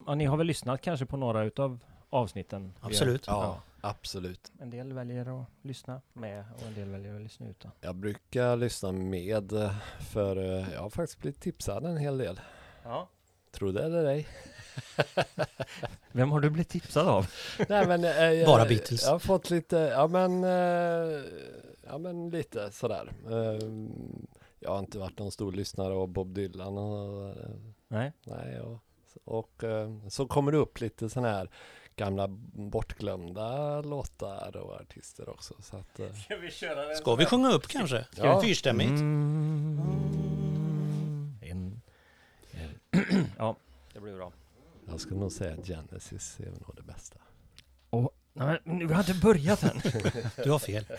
Ja, ni har väl lyssnat kanske på några utav avsnitten? Absolut. Ja, absolut. En del väljer att lyssna med och en del väljer att lyssna utan. Jag brukar lyssna med för jag har faktiskt blivit tipsad en hel del. Ja. Tror det eller ej. Vem har du blivit tipsad av? Nej, men, Bara Beatles. Jag har fått lite, men lite sådär. Jag har inte varit någon stor lyssnare av Bob Dylan. Nej. Och så kommer det upp lite sån här gamla bortglömda låtar och artister också. Så att, Ska vi köra den? Ska vi sjunga upp kanske? Ska Ja. vi fyrstämmigt? Ja, det blir bra. jag skulle nog säga att Genesis är nog det bästa. Nej, men vi har inte börjat än. Du har fel.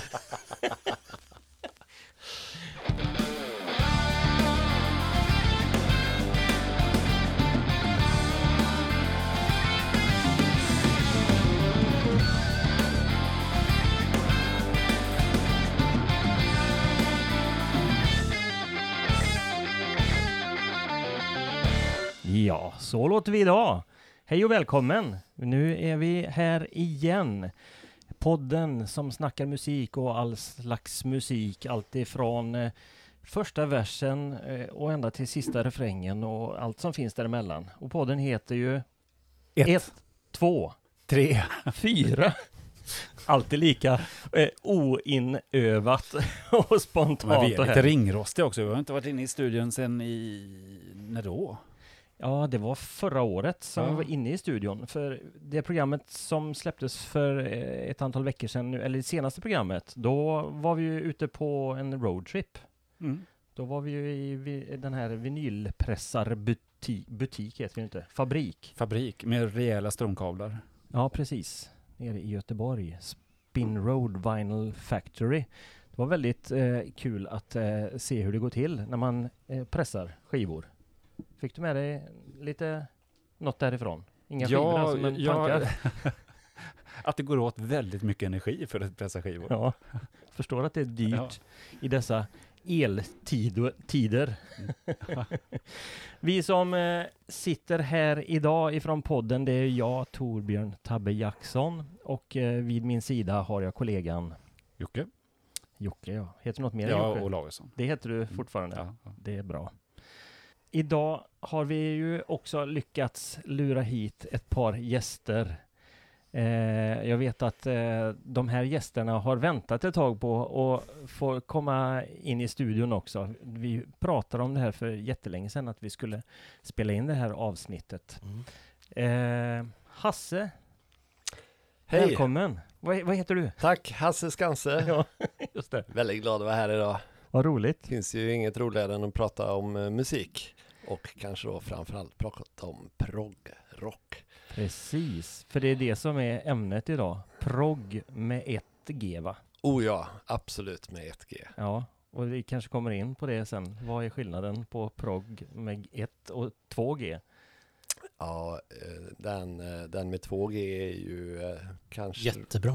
Ja, så låter vi idag. Hej och välkommen. Nu är vi här igen. Podden som snackar musik och all slags musik. Allt ifrån första versen och ända till sista refrängen och allt som finns däremellan. Och podden heter ju 1, 2, 3, 4. Alltid lika oinövat och spontant. Men vi är och lite här. ringrostiga också. Vi har inte varit inne i studion sen när då? Ja, det var förra året som Ja. vi var inne i studion. För det programmet som släpptes för ett antal veckor sedan, nu, eller det senaste programmet, då var vi ju ute på en roadtrip. Mm. Då var vi ju i den här vinylpressarbutik, heter det inte, Fabrik med rejäla strömkablar. Ja, precis. Nere i Göteborg. Spin Road Vinyl Factory. Det var väldigt kul att se hur det går till när man pressar skivor. Fick du med dig lite något därifrån? Inga skivor alltså, men tankar? Att det går åt väldigt mycket energi för att pressa skivor. Ja, förstår att det är dyrt i dessa eltider. Vi som sitter här idag ifrån podden, det är jag, Torbjörn Tabbe Jackson, och vid min sida har jag kollegan Jocke? Jocke, ja. Heter något mer? Ja, Jocke? och Lagersson. Det heter du fortfarande. Ja. Det är bra. Idag har vi ju också lyckats lura hit ett par gäster. Jag vet att de här gästerna har väntat ett tag på att få komma in i studion också. Vi pratade om det här för jättelänge sedan, att vi skulle spela in det här avsnittet. Hasse, Hej! välkommen. Vad heter du? Tack, Hasse Skanse. Ja, just det. Väldigt glad att vara här idag. Vad roligt. Det finns ju inget roligare än att prata om musik. Och kanske då framförallt prata om progg-rock. Precis, för det är det som är ämnet idag. Progg med 1G, va? Oh ja, absolut med 1G. Ja, och vi kanske kommer in på det sen. Vad är skillnaden på progg med 1 och 2G? Ja, den med 2G är ju kanske... Jättebra.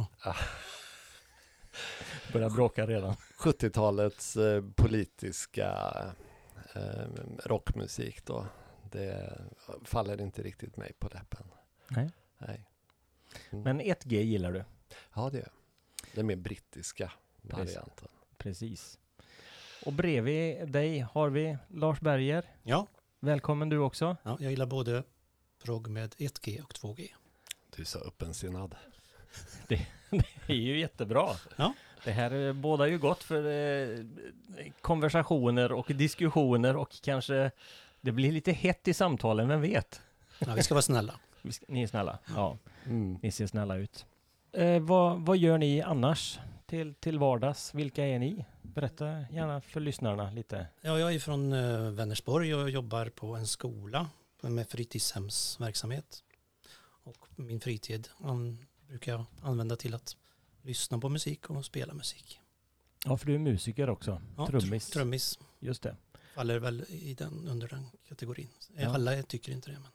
Börjar bråka redan. 70-talets politiska rockmusik då. Det faller inte riktigt mig på läppen. Nej. Mm. Men 1G gillar du? Ja, det är den mer brittiska varianten. Precis. Och bredvid dig har vi Lars Berger. Ja, Välkommen du också. jag gillar både progg med 1G och 2G. Du är så öppensinnad. Det är ju jättebra. Ja. Det här bådar ju gott för konversationer och diskussioner och kanske det blir lite hett i samtalen, vem vet? Ja, vi ska vara snälla. Ni är snälla. Ja, Mm. ni ser snälla ut. Vad gör ni annars till vardags? Vilka är ni? Berätta gärna för lyssnarna lite. Ja, jag är från Vänersborg och jobbar på en skola med fritidshemsverksamhet. Och min fritid brukar jag använda till att lyssna på musik och spela musik. Ja, för du är musiker också. Ja, Trummis. Trummis Just det. faller väl under den kategorin. Ja. Alla tycker inte det, men...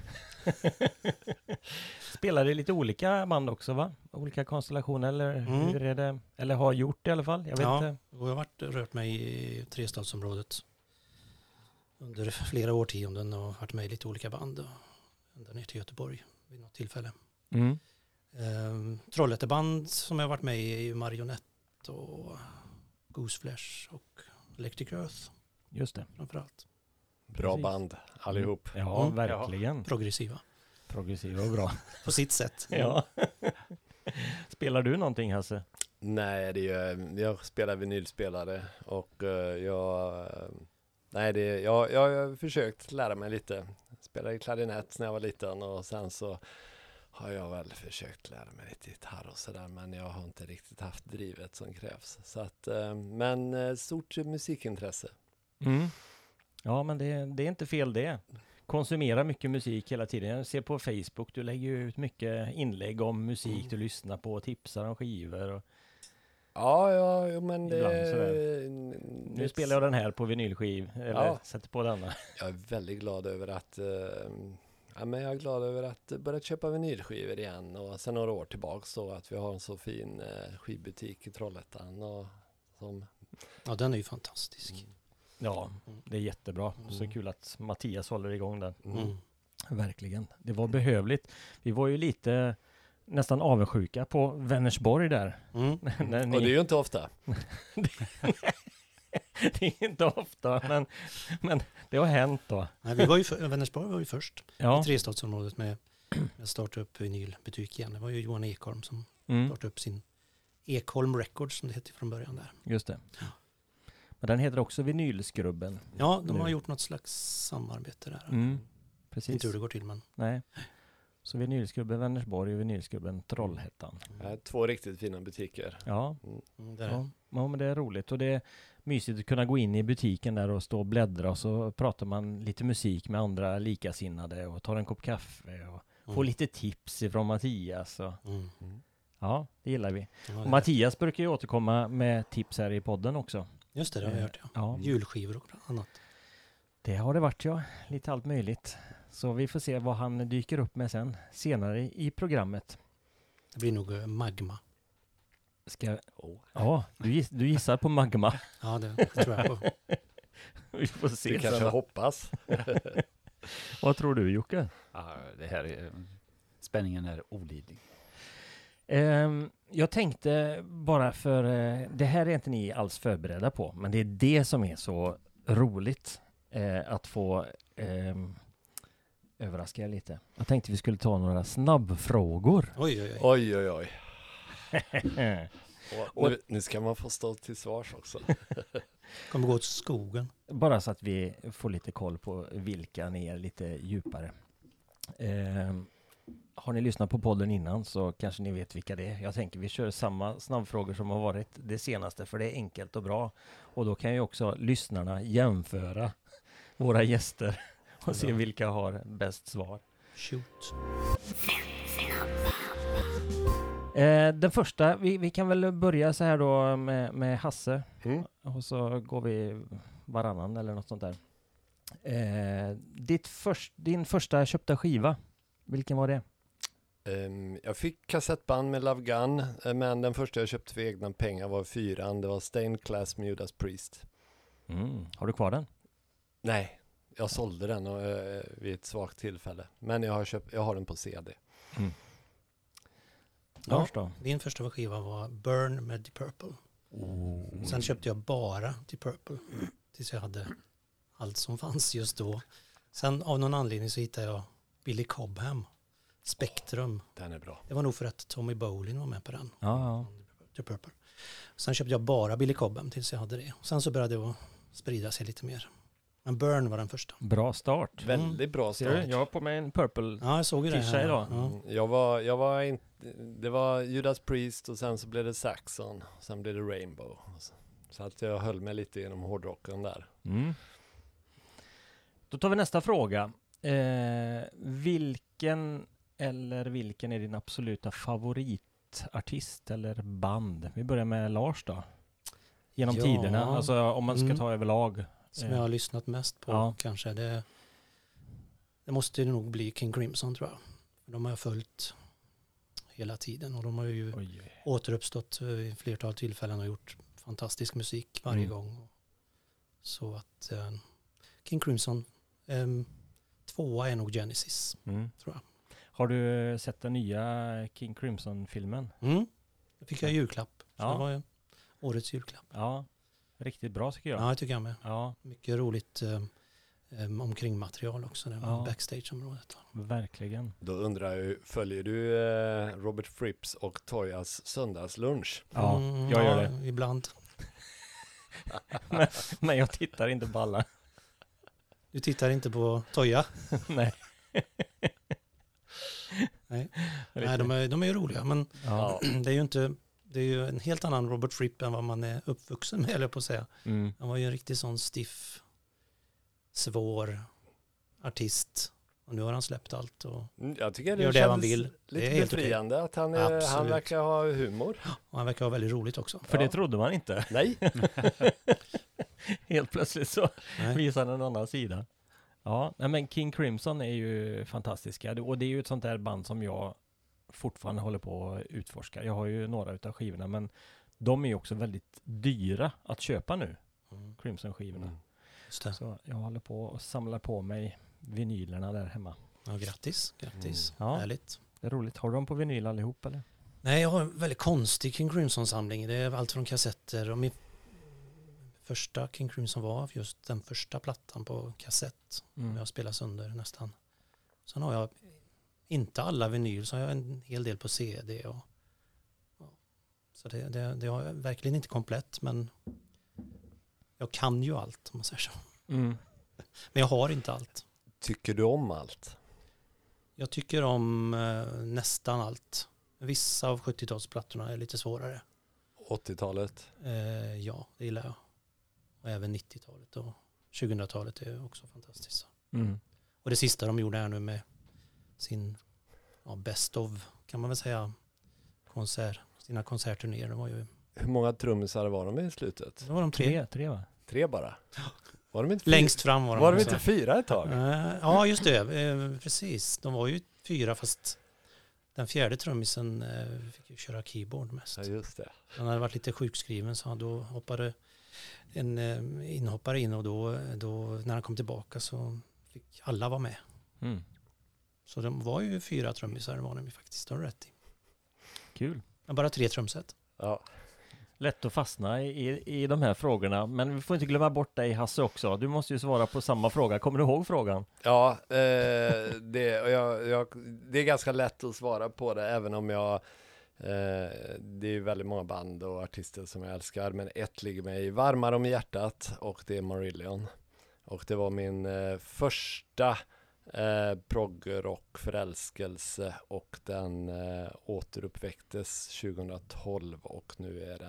Spelar det lite olika band också, va? Olika konstellationer, eller hur är det? Eller har gjort det i alla fall? Jag vet inte. Och jag har rört mig i Trestadsområdet under flera årtionden och varit med i lite olika band. ända ner till Göteborg vid något tillfälle. Mm. Trollhätteband som jag har varit med i är ju Marionette och Gooseflesh och Electric Earth Just det. framförallt. Bra Precis. band allihop. Ja, Mm. verkligen. Progressiva Progressiva och bra. på sitt sätt. Ja. Spelar du någonting, Hasse? Nej, jag spelar vinylspelare och jag har försökt lära mig lite. Spelade klarinett när jag var liten och sen så har jag väl försökt lära mig lite gitarr och sådär, men jag har inte riktigt haft drivet som krävs. Så att, men stort musikintresse. Mm. Ja, men det är inte fel det. Konsumera mycket musik hela tiden. Jag ser på Facebook, du lägger ju ut mycket inlägg om musik du lyssnar på och tipsar om skivor. Och Ja, men ibland sådär. Nu spelar jag den här på vinylskiv, eller sätter på denna. Jag är väldigt glad över att börja köpa vinylskivor igen och sen några år tillbaka så att vi har en så fin skivbutik i Trollhättan och som... Ja, den är ju fantastisk. Ja, det är jättebra. Så kul att Mattias håller igång den. Mm. Verkligen. Det var behövligt. Vi var ju lite nästan avundsjuka på Vänersborg där. Mm. När Och det är ju inte ofta. Det är inte ofta, men det har hänt då. Nej, Vänersborg var ju först Ja. i trestadsområdet med att starta upp vinylbutik igen. Det var ju Johan Ekholm som Mm, startade upp sin Ekholm Records som det hette från början där. just det. Men den heter också Vinylskrubben. Ja, de Nu. har gjort något slags samarbete där. Mm, precis. Inte hur det går till, men Nej. Så Vinylskrubben Vänersborg och Vinylskrubben Trollhättan. Två riktigt fina butiker. Ja, det är det. ja, men det är roligt. Och det är mysigt att kunna gå in i butiken där och stå och bläddra och så pratar man lite musik med andra likasinnade och tar en kopp kaffe och får lite tips ifrån Mattias. Och, Mm. ja, det gillar vi. Ja, Och det- Mattias brukar ju återkomma med tips här i podden också. Just det, det har jag hört. Ja. Ja, Julskivor och annat. det har det varit, ja. Lite allt möjligt. Så vi får se vad han dyker upp med sen, senare i programmet. Det blir nog Magma. Ja, du gissar på Magma. Ja, det tror jag på. Vi får se. Du kanske sen. hoppas. Vad tror du, Jocke? Ja, det här är, spänningen är olidlig. Jag tänkte bara för det här är inte ni alls förberedda på, men det är det som är så roligt att få överraska er lite. Jag tänkte vi skulle ta några snabbfrågor. Oj, oj, oj. Oj, oj, oj. Och nu ska man få stå till svars också. Kommer gå åt skogen. Bara så att vi får lite koll på vilka ni är lite djupare. Har ni lyssnat på podden innan så kanske ni vet vilka det är. Jag tänker vi kör samma snabbfrågor som har varit det senaste, för det är enkelt och bra. Och då kan ju också lyssnarna jämföra våra gäster och se vilka har bäst svar. Shoot. Den första, vi kan väl börja så här då med Hasse. Mm. Och så går vi varannan eller något sånt där. Din första köpta skiva, vilken var det? Jag fick kassettband med Love Gun, men den första jag köpte för egna pengar var 4:an. Det var Stained Class med Judas Priest. Har du kvar den? Nej, jag sålde den vid ett svagt tillfälle. Men jag har den på CD. Lars då? Min första skiva var Burn med Deep Purple. Sen köpte jag bara Deep Purple tills jag hade allt som fanns just då. Sen av någon anledning så hittade jag Billy Cobham, Spectrum. Den är bra. Det var nog för att Tommy Bolin var med på den. Ja. Deep Purple. Sen köpte jag bara Billy Cobham tills jag hade det. Sen så började det att sprida sig lite mer. Men Burn var den första. Bra start. Väldigt bra Ser du? start. Jag har på mig en purple. Ja, jag såg ju det Tisha här. idag. Ja. Jag var inte... Det var Judas Priest och sen så blev det Saxon. Sen blev det Rainbow. Så att jag höll mig lite genom hårdrocken där. Då tar vi nästa fråga. Vilken är din absoluta favoritartist eller band? Vi börjar med Lars då. Genom Ja. tiderna, alltså om man ska ta överlag. Som jag har lyssnat mest på kanske. Det måste ju nog bli King Crimson tror jag. De har jag följt hela tiden och de har ju återuppstått i flertal tillfällen och gjort fantastisk musik varje gång. Så att King Crimson, 2 är nog Genesis, tror jag. Har du sett den nya King Crimson-filmen? Det fick jag i julklapp. Så Ja. det var ju årets julklapp. Ja, riktigt bra tycker jag. Ja, det tycker jag med. Ja, Mycket roligt omkring material också. Det var Ja. backstageområdet. verkligen. Då undrar jag, följer du Robert Fripps och Toyas söndagslunch? Ja, jag gör det. Ibland. Men jag tittar inte på alla. Du tittar inte på Toya? Nej. Nej, de är ju roliga, men Ja. det är ju inte... Det är ju en helt annan Robert Fripp än vad man är uppvuxen med, eller på att säga. Mm. Han var ju en riktigt sån stiff, svår artist. Och nu har han släppt allt och Jag tycker det gör det han känns vill. Det lite är helt befriande att han Absolut. verkar ha humor. och han verkar ha väldigt roligt också. För Ja. det trodde man inte. Nej, Helt plötsligt så Nej. visar en annan sida. Ja, nej, men King Crimson är ju fantastiska. Och det är ju ett sånt där band som jag fortfarande håller på att utforska. Jag har ju några utav skivorna, men de är ju också väldigt dyra att köpa nu. Crimson-skivorna. Just det. Så jag håller på och samlar på mig vinylerna där hemma. Ja, grattis. Ja. Härligt. Det är roligt. Har du dem på vinyl allihop eller? Nej, jag har en väldigt konstig King Crimson-samling. Det är allt från kassetter. Och min första King Crimson var just den första plattan på kassett. Jag spelar sönder nästan. Sen har jag inte alla vinyl, så har jag en hel del på CD. Så det har jag verkligen inte komplett, men jag kan ju allt om man säger så. Mm. Men jag har inte allt. tycker du om allt? Jag tycker om nästan allt. Vissa av 70-talsplattorna är lite svårare. 80-talet? Ja, det gillar jag. Och även 90-talet och 2000-talet är också fantastiskt. Mm. Och det sista de gjorde här nu med sin best of, kan man väl säga, sina konsertturnéer. Det var ju... Hur många trummisar var de i slutet? Det var de 3. Tre va? 3 bara? Var de inte Längst fram var de. Var de också. inte 4 ett tag? Ja, just det. Precis. De var ju 4, fast den 4:e trummisen fick ju köra keyboard mest. Ja, just det. Han hade varit lite sjukskriven, så då hoppade en inhoppare in, och då när han kom tillbaka så fick alla vara med. Mm. Så de var ju 4 trummisar, var de ju faktiskt. Det har du rätt i. Kul. Men bara 3 trumset. Ja. Lätt att fastna i de här frågorna. Men vi får inte glömma bort dig Hasse också. Du måste ju svara på samma fråga. Kommer du ihåg frågan? Ja, det är ganska lätt att svara på det, även om det är väldigt många band och artister som jag älskar, men ett ligger mig varmare om hjärtat, och det är Marillion. Och det var min första proggrock-förälskelse, och den återuppväcktes 2012, och nu är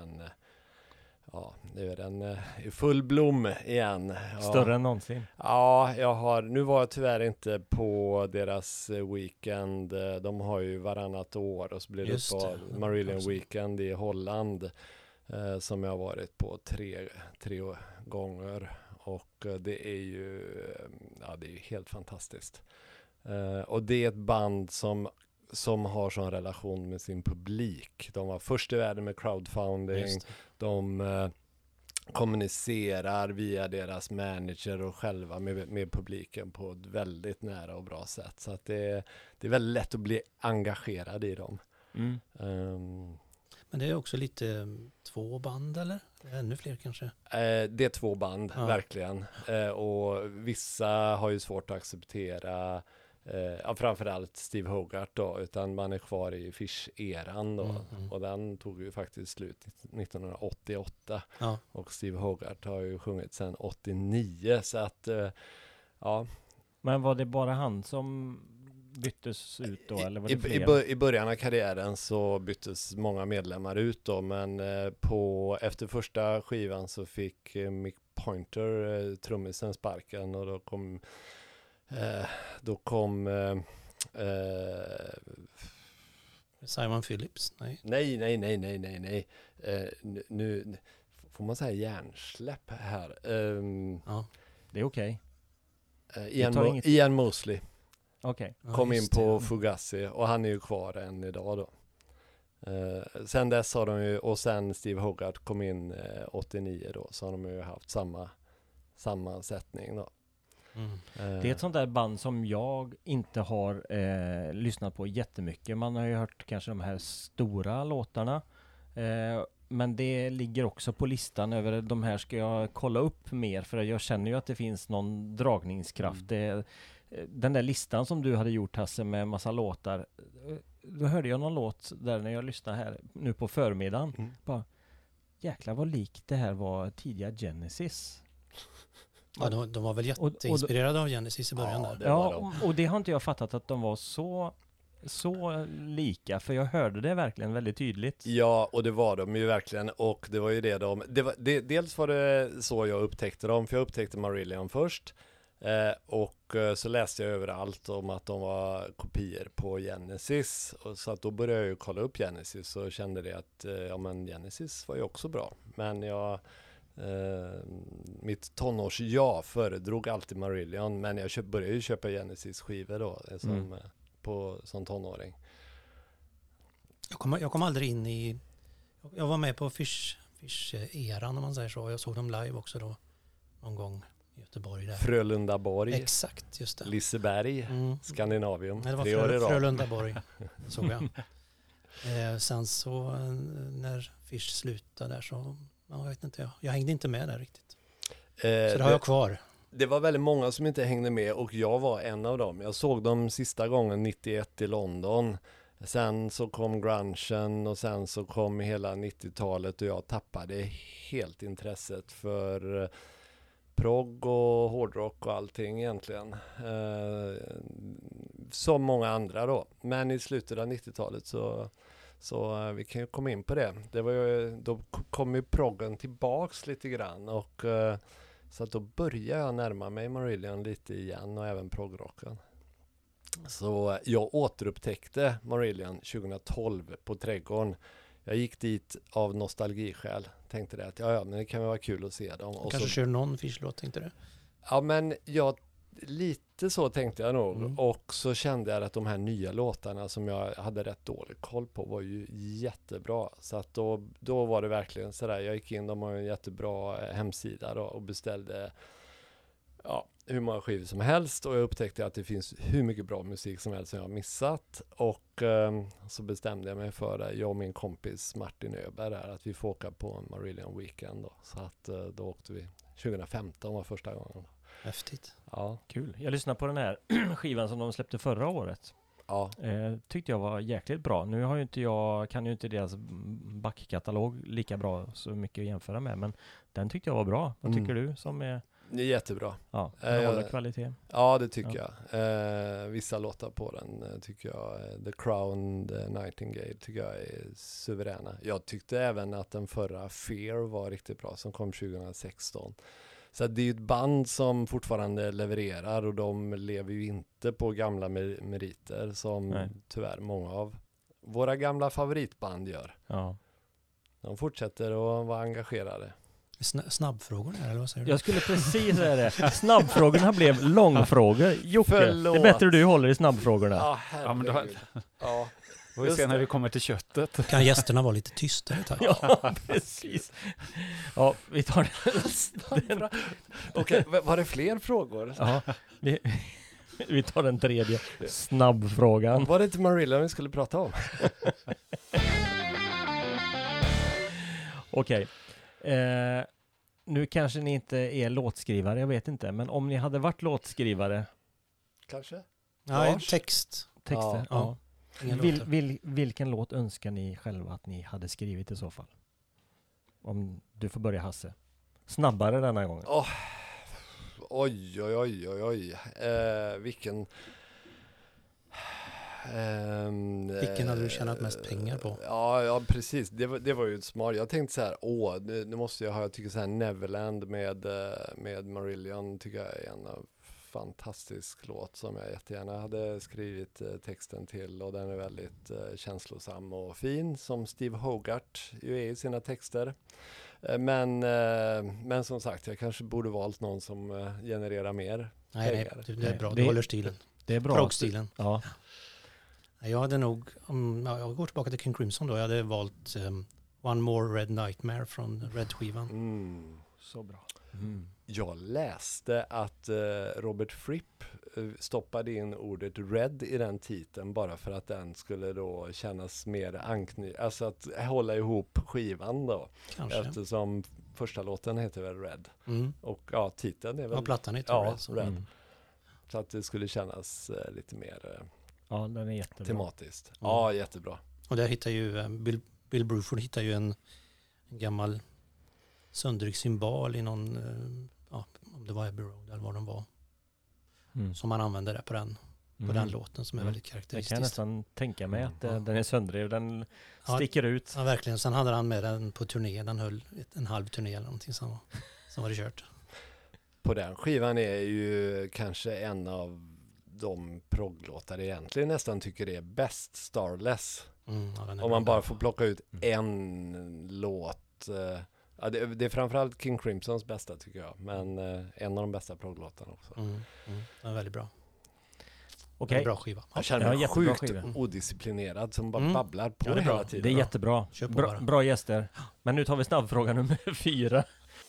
den i full blom igen. Ja. Större än någonsin. Ja, nu var jag tyvärr inte på deras weekend. De har ju varannat år, och så blir det Just på det. Marillion Weekend i Holland som jag har varit på tre gånger, och det är ju helt fantastiskt. Och det är ett band som har sån relation med sin publik. De var först i världen med crowdfunding. De kommunicerar via deras manager och själva med publiken på ett väldigt nära och bra sätt. Så att det är väldigt lätt att bli engagerad i dem. Mm. Men det är också lite 2 band, eller? Ännu fler kanske? Det är 2 band, verkligen. Och vissa har ju svårt att acceptera framförallt Steve Hogarth då, utan man är kvar i Fish-eran då. Och den tog ju faktiskt slut 1988. Ja. Och Steve Hogarth har ju sjungit sedan 89, så att ja. Men var det bara han som byttes ut då? Eller var det fler? I början av karriären så byttes många medlemmar ut då, men efter första skivan så fick Mick Pointer trummisen sparken, och då kom Simon Phillips? Nej. Nej. Nu får man säga hjärnsläpp här. Ja. Det är okej. Ian Mosley Okej. kom in just på det. Fugazi, och han är ju kvar än idag då. Sen dess har de ju, och sen Steve Hogarth kom in 89 då, så har de ju haft samma sättning då. Det är ett sånt där band som jag inte har lyssnat på jättemycket. Man har ju hört kanske de här stora låtarna. Men det ligger också på listan över de här ska jag kolla upp mer. För jag känner ju att det finns någon dragningskraft. Den där listan som du hade gjort, Hasse, med massa låtar. Då hörde jag någon låt där när jag lyssnade här nu på förmiddagen. Bara, jäklar vad likt det här var tidiga Genesis. Ja, de var väl jätteinspirerade av Genesis i början där. Ja, och det har inte jag fattat att de var så lika, för jag hörde det verkligen väldigt tydligt. Ja, och det var de ju verkligen, och det var ju dels var det så jag upptäckte dem, för jag upptäckte Marillion först, och så läste jag överallt om att de var kopior på Genesis, och så att då började jag ju kolla upp Genesis och kände det att men Genesis var ju också bra, men mitt tonårs föredrog alltid Marillion, men jag började ju köpa Genesis skivor då som tonåring. Jag kom aldrig in i... Jag var med på Fish-eran om man säger så. Jag såg dem live också då någon gång i Göteborg. Där. Frölundaborg. Exakt, just det. Liseberg, Skandinavium. Nej, det var Frölundaborg såg jag. Sen så när Fish slutade där så... Jag vet inte, jag hängde inte med där riktigt. Så det har jag kvar. Det var väldigt många som inte hängde med, och jag var en av dem. Jag såg dem sista gången 91 i London. Sen så kom grungen och sen så kom hela 90-talet, och jag tappade helt intresset för progg och hårdrock och allting egentligen. Som många andra då. Men i slutet av 90-talet så vi kan ju komma in på det. Då kom ju proggen tillbaks lite grann, och så att då började jag närma mig Marillion lite igen, och även proggrocken. Så jag återupptäckte Marillion 2012 på Trädgården. Jag gick dit av nostalgiskäl. Tänkte det att men det kan vara kul att se dem. Och kanske kör någon Fish-låt, tänkte du? Ja, men lite så tänkte jag nog. Och så kände jag att de här nya låtarna som jag hade rätt dålig koll på var ju jättebra. Så att då var det verkligen sådär. Jag gick in, de har en jättebra hemsida då, och beställde hur många skivor som helst. Och jag upptäckte att det finns hur mycket bra musik som helst som jag har missat. Och så bestämde jag mig för det. Jag och min kompis Martin Öberg där, att vi får åka på en Marillion Weekend då. Så att då åkte vi. 2015 var första gången. Häftigt. Ja. Kul. Jag lyssnade på den här skivan som de släppte förra året. Ja. Tyckte jag var jäkligt bra. Nu kan ju inte deras backkatalog lika bra så mycket att jämföra med, men den tyckte jag var bra. Vad tycker du som är... Det är jättebra. Ja, den håller kvalitet. Ja, det tycker jag. Vissa låtar på den tycker jag, The Crown, The Nightingale tycker jag är suveräna. Jag tyckte även att den förra Fear var riktigt bra, som kom 2016. Så det är ju ett band som fortfarande levererar, och de lever ju inte på gamla meriter som tyvärr många av våra gamla favoritband gör. Ja. De fortsätter att vara engagerade. Snabbfrågorna eller vad säger du? Jag skulle precis säga det. Snabbfrågorna blev långfrågor. Jocke, Förlåt. det är bättre du håller i snabbfrågorna. Ja, men då, får vi se när vi kommer till köttet. Kan gästerna vara lite tystare, tack? Ja, precis. Ja, vi tar den. Okej, var det fler frågor? Ja, vi tar den tredje snabbfrågan. Var det inte Marillion vi skulle prata om? Okej. Nu kanske ni inte är låtskrivare, jag vet inte. Men om ni hade varit låtskrivare... Kanske? Nej, texter. Ja. Vilken låt önskar ni själva att ni hade skrivit i så fall? Om du får börja, Hasse. Snabbare denna gången. Oj. Vilken hade du tjänat mest pengar på? Ja, precis. Det var ju ett smart. Jag tänkte så här, nu måste jag tycker så här, Neverland med Marillion tycker jag är en fantastisk låt som jag jättegärna hade skrivit texten till, och den är väldigt känslosam och fin, som Steve Hogarth ju är i sina texter. Men som sagt, jag kanske borde valt någon som genererar mer pengar. Nej, det är bra. Du håller stilen. Det är bra. Prog-stilen. Ja. Jag hade nog, jag går tillbaka till King Crimson då, jag hade valt One More Red Nightmare från Red-skivan. Så bra. Jag läste att Robert Fripp stoppade in ordet Red i den titeln bara för att den skulle då kännas mer alltså att hålla ihop skivan då. Kanske. Eftersom första låten heter väl Red. Mm. Och titeln är väl... Ja, plattan heter Ja, Red. Så. Red. Mm. Så att det skulle kännas lite mer Ja, den är jättebra. tematiskt. Mm. Ja, jättebra. Och där hittar ju Bill Bruford hittar ju en gammal söndrig symbol i någon, om det var Abbey Road eller vad de var, Mm. som man använder där på den låten som är Mm. väldigt Det kan jag karaktäristisk. nästan tänka mig att Ja. den är söndrig och den Ja. sticker ut. Ja, verkligen. Sen hade han med den på turné. Den höll en halv turné eller någonting som var det kört. På den skivan är ju kanske en av de progglåtar jag egentligen nästan tycker är bäst, Starless. Mm, ja, den är Om man bra. bara får plocka ut en låt. Det är framförallt King Crimsons bästa tycker jag. Men en av de bästa progglåtarna också. Den är väldigt bra. Okej, Bra skiva. Ja, Jag känner mig jättebra sjukt skiva. odisciplinerad som bara Mm. babblar på Ja, det är bra. hela tiden. det är jättebra. Kör på Bra, bara. bra gäster. Men nu tar vi snabbfråga nummer 4.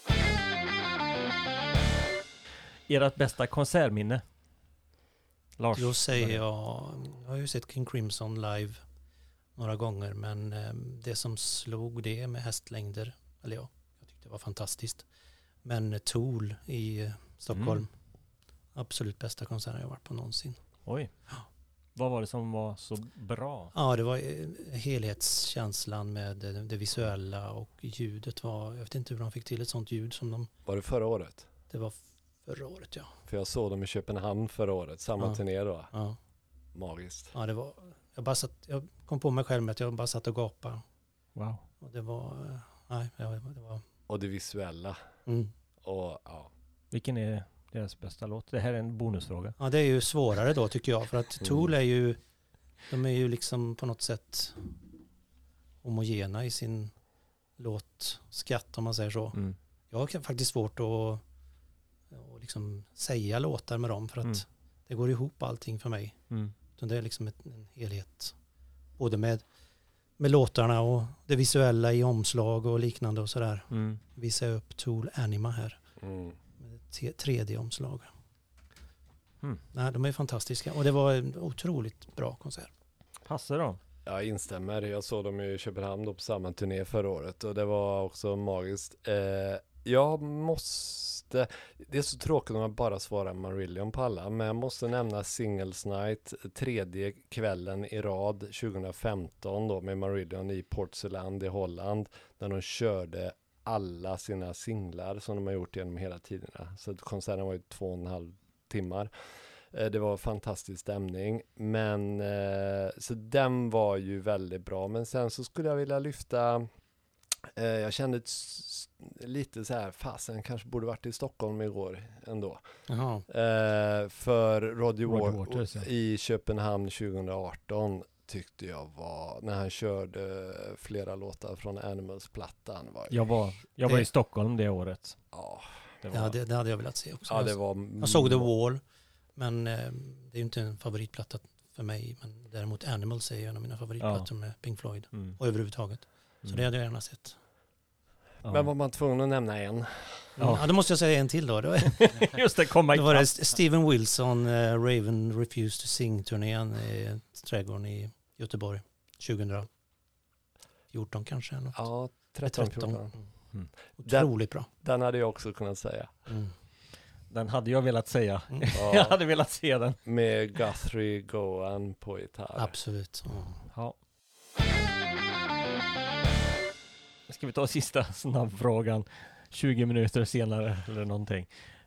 Ert bästa konsertminne? Lars? Då säger jag har ju sett King Crimson live några gånger, men det som slog det med hästlängder, eller jag tyckte det var fantastiskt. Men Tool i Stockholm, absolut bästa konserten jag varit på någonsin. Oj. Vad var det som var så bra? Ja, det var helhetskänslan med det visuella, och ljudet var, jag vet inte hur de fick till ett sånt ljud som de, Var det förra året? det var förra året, ja. För jag såg dem i Köpenhamn förra året. Samma Ja. turné då. Ja, Magiskt. ja det var, jag kom på mig själv med att jag bara satt och gapade. Wow. Och det var, det var, Och det visuella. Och ja. Vilken är deras bästa låt? Det här är en bonusfråga. ja, det är ju svårare då tycker jag, för att Tool är ju, de är ju liksom på något sätt homogena i sin låtskatt, om man säger så. Mm. Jag har faktiskt svårt att liksom säga låtar med dem, för att det går ihop allting för mig. Mm. Utan det är liksom en helhet. Både med låtarna och det visuella i omslag och liknande och sådär. Mm. Visar jag upp Tool Anima här. Mm. Med 3D-omslag. Mm. Nej, de är fantastiska. Och det var en otroligt bra konsert. Passar då? Jag instämmer. Jag såg dem i Köpenhamn då på samma turné förra året. Och det var också magiskt. Jag måste... Det är så tråkigt om man bara svarar Marillion på alla. Men jag måste nämna Singles Night, tredje kvällen i rad 2015 då med Marillion i Portseland i Holland. När de körde alla sina singlar som de har gjort genom hela tiderna. Så konserten var ju 2,5 timmar. Det var fantastisk stämning. Men så den var ju väldigt bra. Men sen så skulle jag vilja lyfta... jag kände lite så här, fasen kanske borde varit i Stockholm igår ändå. Jaha. För Roger Waters, ja. i Köpenhamn 2018 tyckte jag var, när han körde flera låtar från Animals-plattan. Jag var i Stockholm det året. Ja, Det var, Ja, det hade jag velat se också. ja, det var... Jag såg The Wall, men det är ju inte en favoritplatta för mig. Men däremot Animals är en av mina favoritplattor med Pink Floyd. Mm. Och överhuvudtaget. Så det hade jag gärna sett. Ja. Men var man tvungen att nämna en? Ja, då måste jag säga en till då. Just det, komma Då var det ikapp. Steven Wilson, Raven Refused to Sing-turnén i Trädgården i Göteborg 2014 kanske. Eller något. Ja, 13. 13-14. Mm. Otroligt bra. Den hade jag också kunnat säga. Den hade jag velat säga. Mm. Jag Ja, hade velat se den. med Guthrie Gowan på gitarr. Absolut. Ja. Ska vi ta sista snabbfrågan 20 minuter senare eller någonting.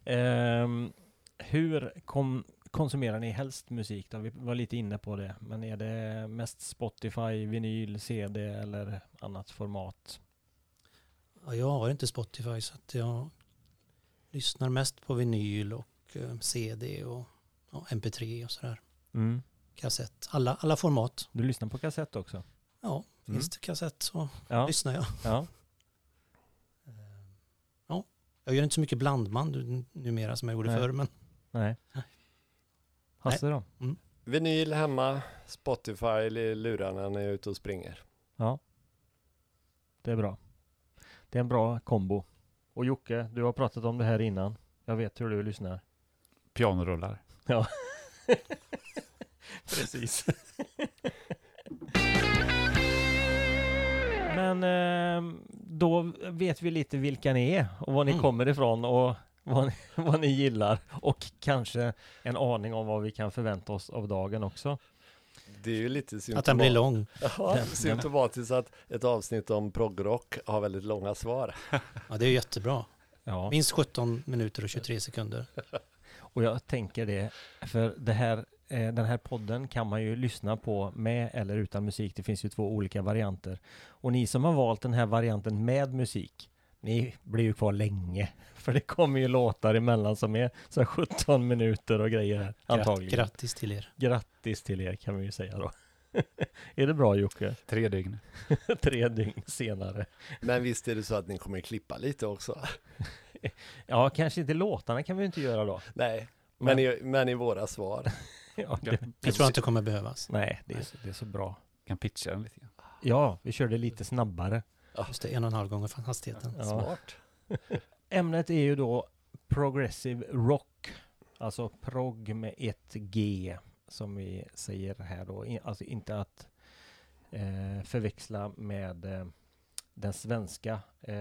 Hur konsumerar ni helst musik då? Vi var lite inne på det. Men är det mest Spotify, vinyl, CD eller annat format? Ja, jag har inte Spotify, så att jag lyssnar mest på vinyl och CD och MP3 och sådär. Mm. Kassett. Alla format. Du lyssnar på kassett också? Ja, finns det kassett så Ja. lyssnar jag. Ja. Jag gör inte så mycket blandband numera som jag gjorde Nej. förr, men Nej. Hasse då? Vinyl hemma, Spotify i lurarna när jag är ute och springer. Ja. Det är bra. Det är en bra kombo. Och Jocke, du har pratat om det här innan. Jag vet hur du lyssnar. Pianorullar. Ja. Precis. Men då vet vi lite vilka ni är och var ni kommer ifrån och vad ni gillar. Och kanske en aning om vad vi kan förvänta oss av dagen också. Det är ju lite Att den blir lång. Ja, symptomatiskt att ett avsnitt om proggrock har väldigt långa svar. Ja, det är jättebra. Ja. Minst 17 minuter och 23 sekunder. Och jag tänker det, för den här podden kan man ju lyssna på med eller utan musik. Det finns ju 2 olika varianter. Och ni som har valt den här varianten med musik, ni blir ju kvar länge. För det kommer ju låtar emellan som är så här 17 minuter och grejer här, antagligen. Grattis till er. Grattis till er kan vi ju säga då. Är det bra, Jocke? 3 dygn. 3 dygn senare. Men visst är det så att ni kommer klippa lite också? Ja, kanske inte låtarna kan vi ju inte göra då. Nej, men i våra svar. Ja, Jag tror inte det kommer behövas. nej, det är så bra. Kan pitcha den lite grann. Ja, vi körde lite snabbare. Just det, 1,5 gånger hastigheten. Ja. Smart. Ämnet är ju då progressive rock. Alltså prog med ett G som vi säger här då. Alltså inte att förväxla med den svenska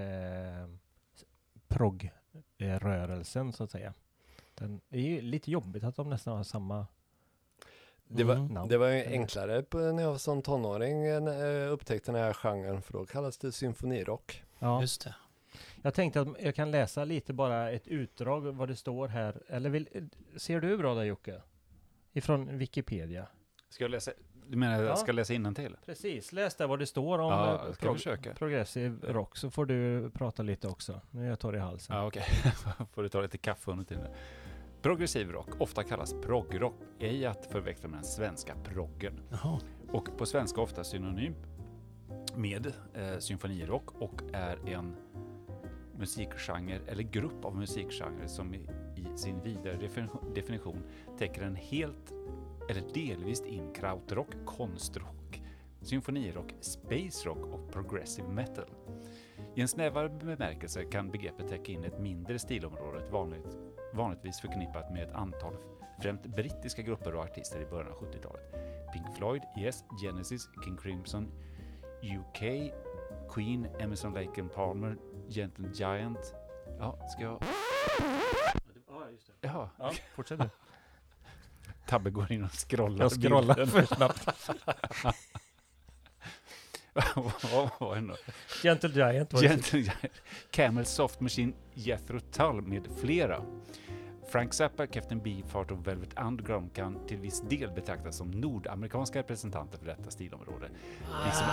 prog-rörelsen så att säga. Det är ju lite jobbigt att de nästan har samma Det namn. var ju enklare när jag som tonåring upptäckte den här genren, för då kallas det symfonirock. Ja. Just det. Jag tänkte att jag kan läsa lite bara ett utdrag vad det står här. Eller ser du bra där, Jocke? Ifrån Wikipedia. Ska jag läsa? Du menar att jag ska läsa innantill? Precis, läs där vad det står om Ja, ska jag försöka. progressive rock, så får du prata lite också. Nu jag tar det i halsen. Ja, okej. Får du ta lite kaffe under tiden. Progressiv rock, ofta kallas proggrock, är att förväxla med den svenska proggen. Jaha. Och på svenska ofta synonym med symfonirock och är en musikgenre eller grupp av musikgenrer som i sin vidare definition täcker en helt eller delvis in krautrock, konstrock, symfonirock, space rock och progressive metal. I en snävare bemärkelse kan begreppet täcka in ett mindre stilområde, vanligtvis förknippat med ett antal främst brittiska grupper och artister i början av 70-talet. Pink Floyd, Yes, Genesis, King Crimson, UK, Queen, Emerson, Lake and Palmer, Gentle Giant. Ja, ska jag... Ja, just det. Ja, Ja, fortsätt du. Tabbe går in och scrollar. Jag scrollar för snabbt. Vad var det då? Gentle Giant var det. Gentle Giant, Camel Soft Machine, Jethro Tull med flera. Frank Zappa, Captain Beefheart och Velvet Underground kan till viss del betraktas som nordamerikanska representanter för detta stilområde. Liksom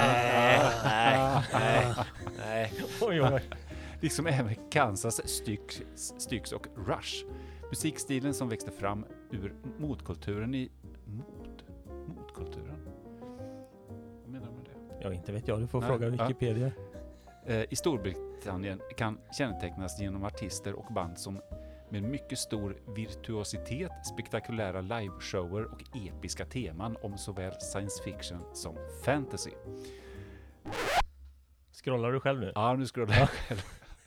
liksom även Kansas, Styx och Rush. Musikstilen som växte fram ur motkulturen i... Motkulturen? Vad menar du med det? Ja, inte vet jag. Du får Nej, fråga Wikipedia. I Storbritannien kan kännetecknas genom artister och band som med mycket stor virtuositet, spektakulära liveshower och episka teman om såväl science fiction som fantasy. Scrollar du själv nu? Ja, nu scrollar jag själv.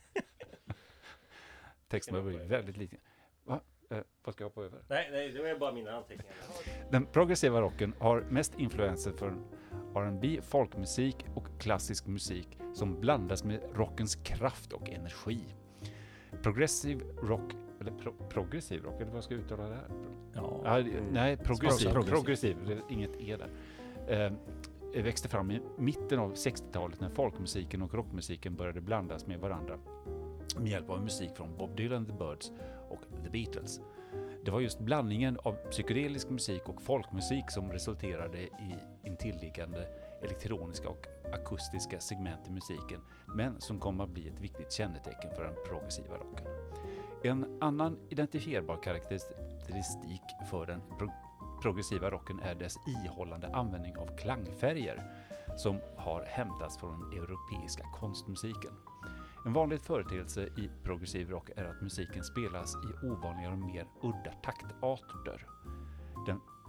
Texten var väldigt liten. Vad ska jag hoppa över? Nej, det var bara mina anteckningar. Den progressiva rocken har mest influenser från R&B, folkmusik och klassisk musik som blandas med rockens kraft och energi. Progressiv rock, eller progressiv rock, eller vad ska jag uttala det här? Nej, progressiv, det är inget E där. Växte fram i mitten av 60-talet när folkmusiken och rockmusiken började blandas med varandra med hjälp av musik från Bob Dylan, The Byrds och The Beatles. Det var just blandningen av psykedelisk musik och folkmusik som resulterade i intilliggande elektroniska och akustiska segment i musiken, men som kom att bli ett viktigt kännetecken för den progressiva rocken. En annan identifierbar karaktäristik för den progressiva rocken är dess ihållande användning av klangfärger som har hämtats från den europeiska konstmusiken. En vanlig företeelse i progressiv rock är att musiken spelas i ovanligare och mer udda taktarter.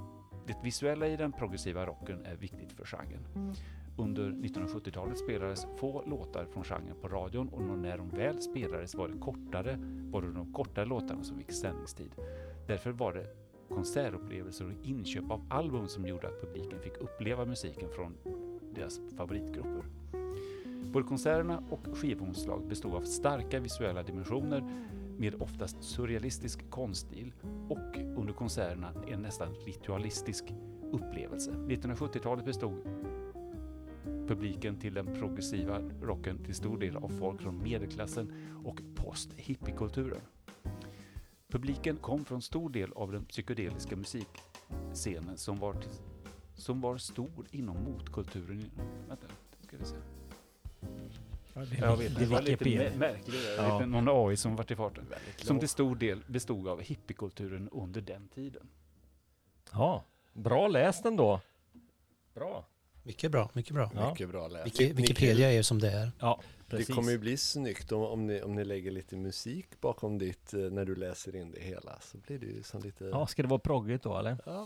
Det visuella i den progressiva rocken är viktigt för genren. Under 1970-talet spelades få låtar från genren på radion och när de väl spelades var det de kortare låtarna som fick sändningstid. Därför var det konsertupplevelser och inköp av album som gjorde att publiken fick uppleva musiken från deras favoritgrupper. Både konserterna och skivomslag bestod av starka visuella dimensioner med oftast surrealistisk konststil och under konserterna en nästan ritualistisk upplevelse. 1970-talet bestod publiken till den progressiva rocken till stor del av folk från medelklassen och post-hippiekulturen. Publiken kom från stor del av den psykedeliska musikscenen som var stor inom motkulturen. Vänta, ska vi se. Jag vet, det var lite märkligt. Ja. Någon AI som varit i farten. Som till stor del bestod av hippiekulturen under den tiden. Ja, bra läst ändå. Bra. Mycket bra, mycket bra. Ja. Mycket bra läst. Wikipedia är ju som det är. Ja, precis. Det kommer ju bli snyggt om ni lägger lite musik bakom ditt när du läser in det hela. Så blir det ju som lite... Ja, ska det vara proggigt då eller? Ja.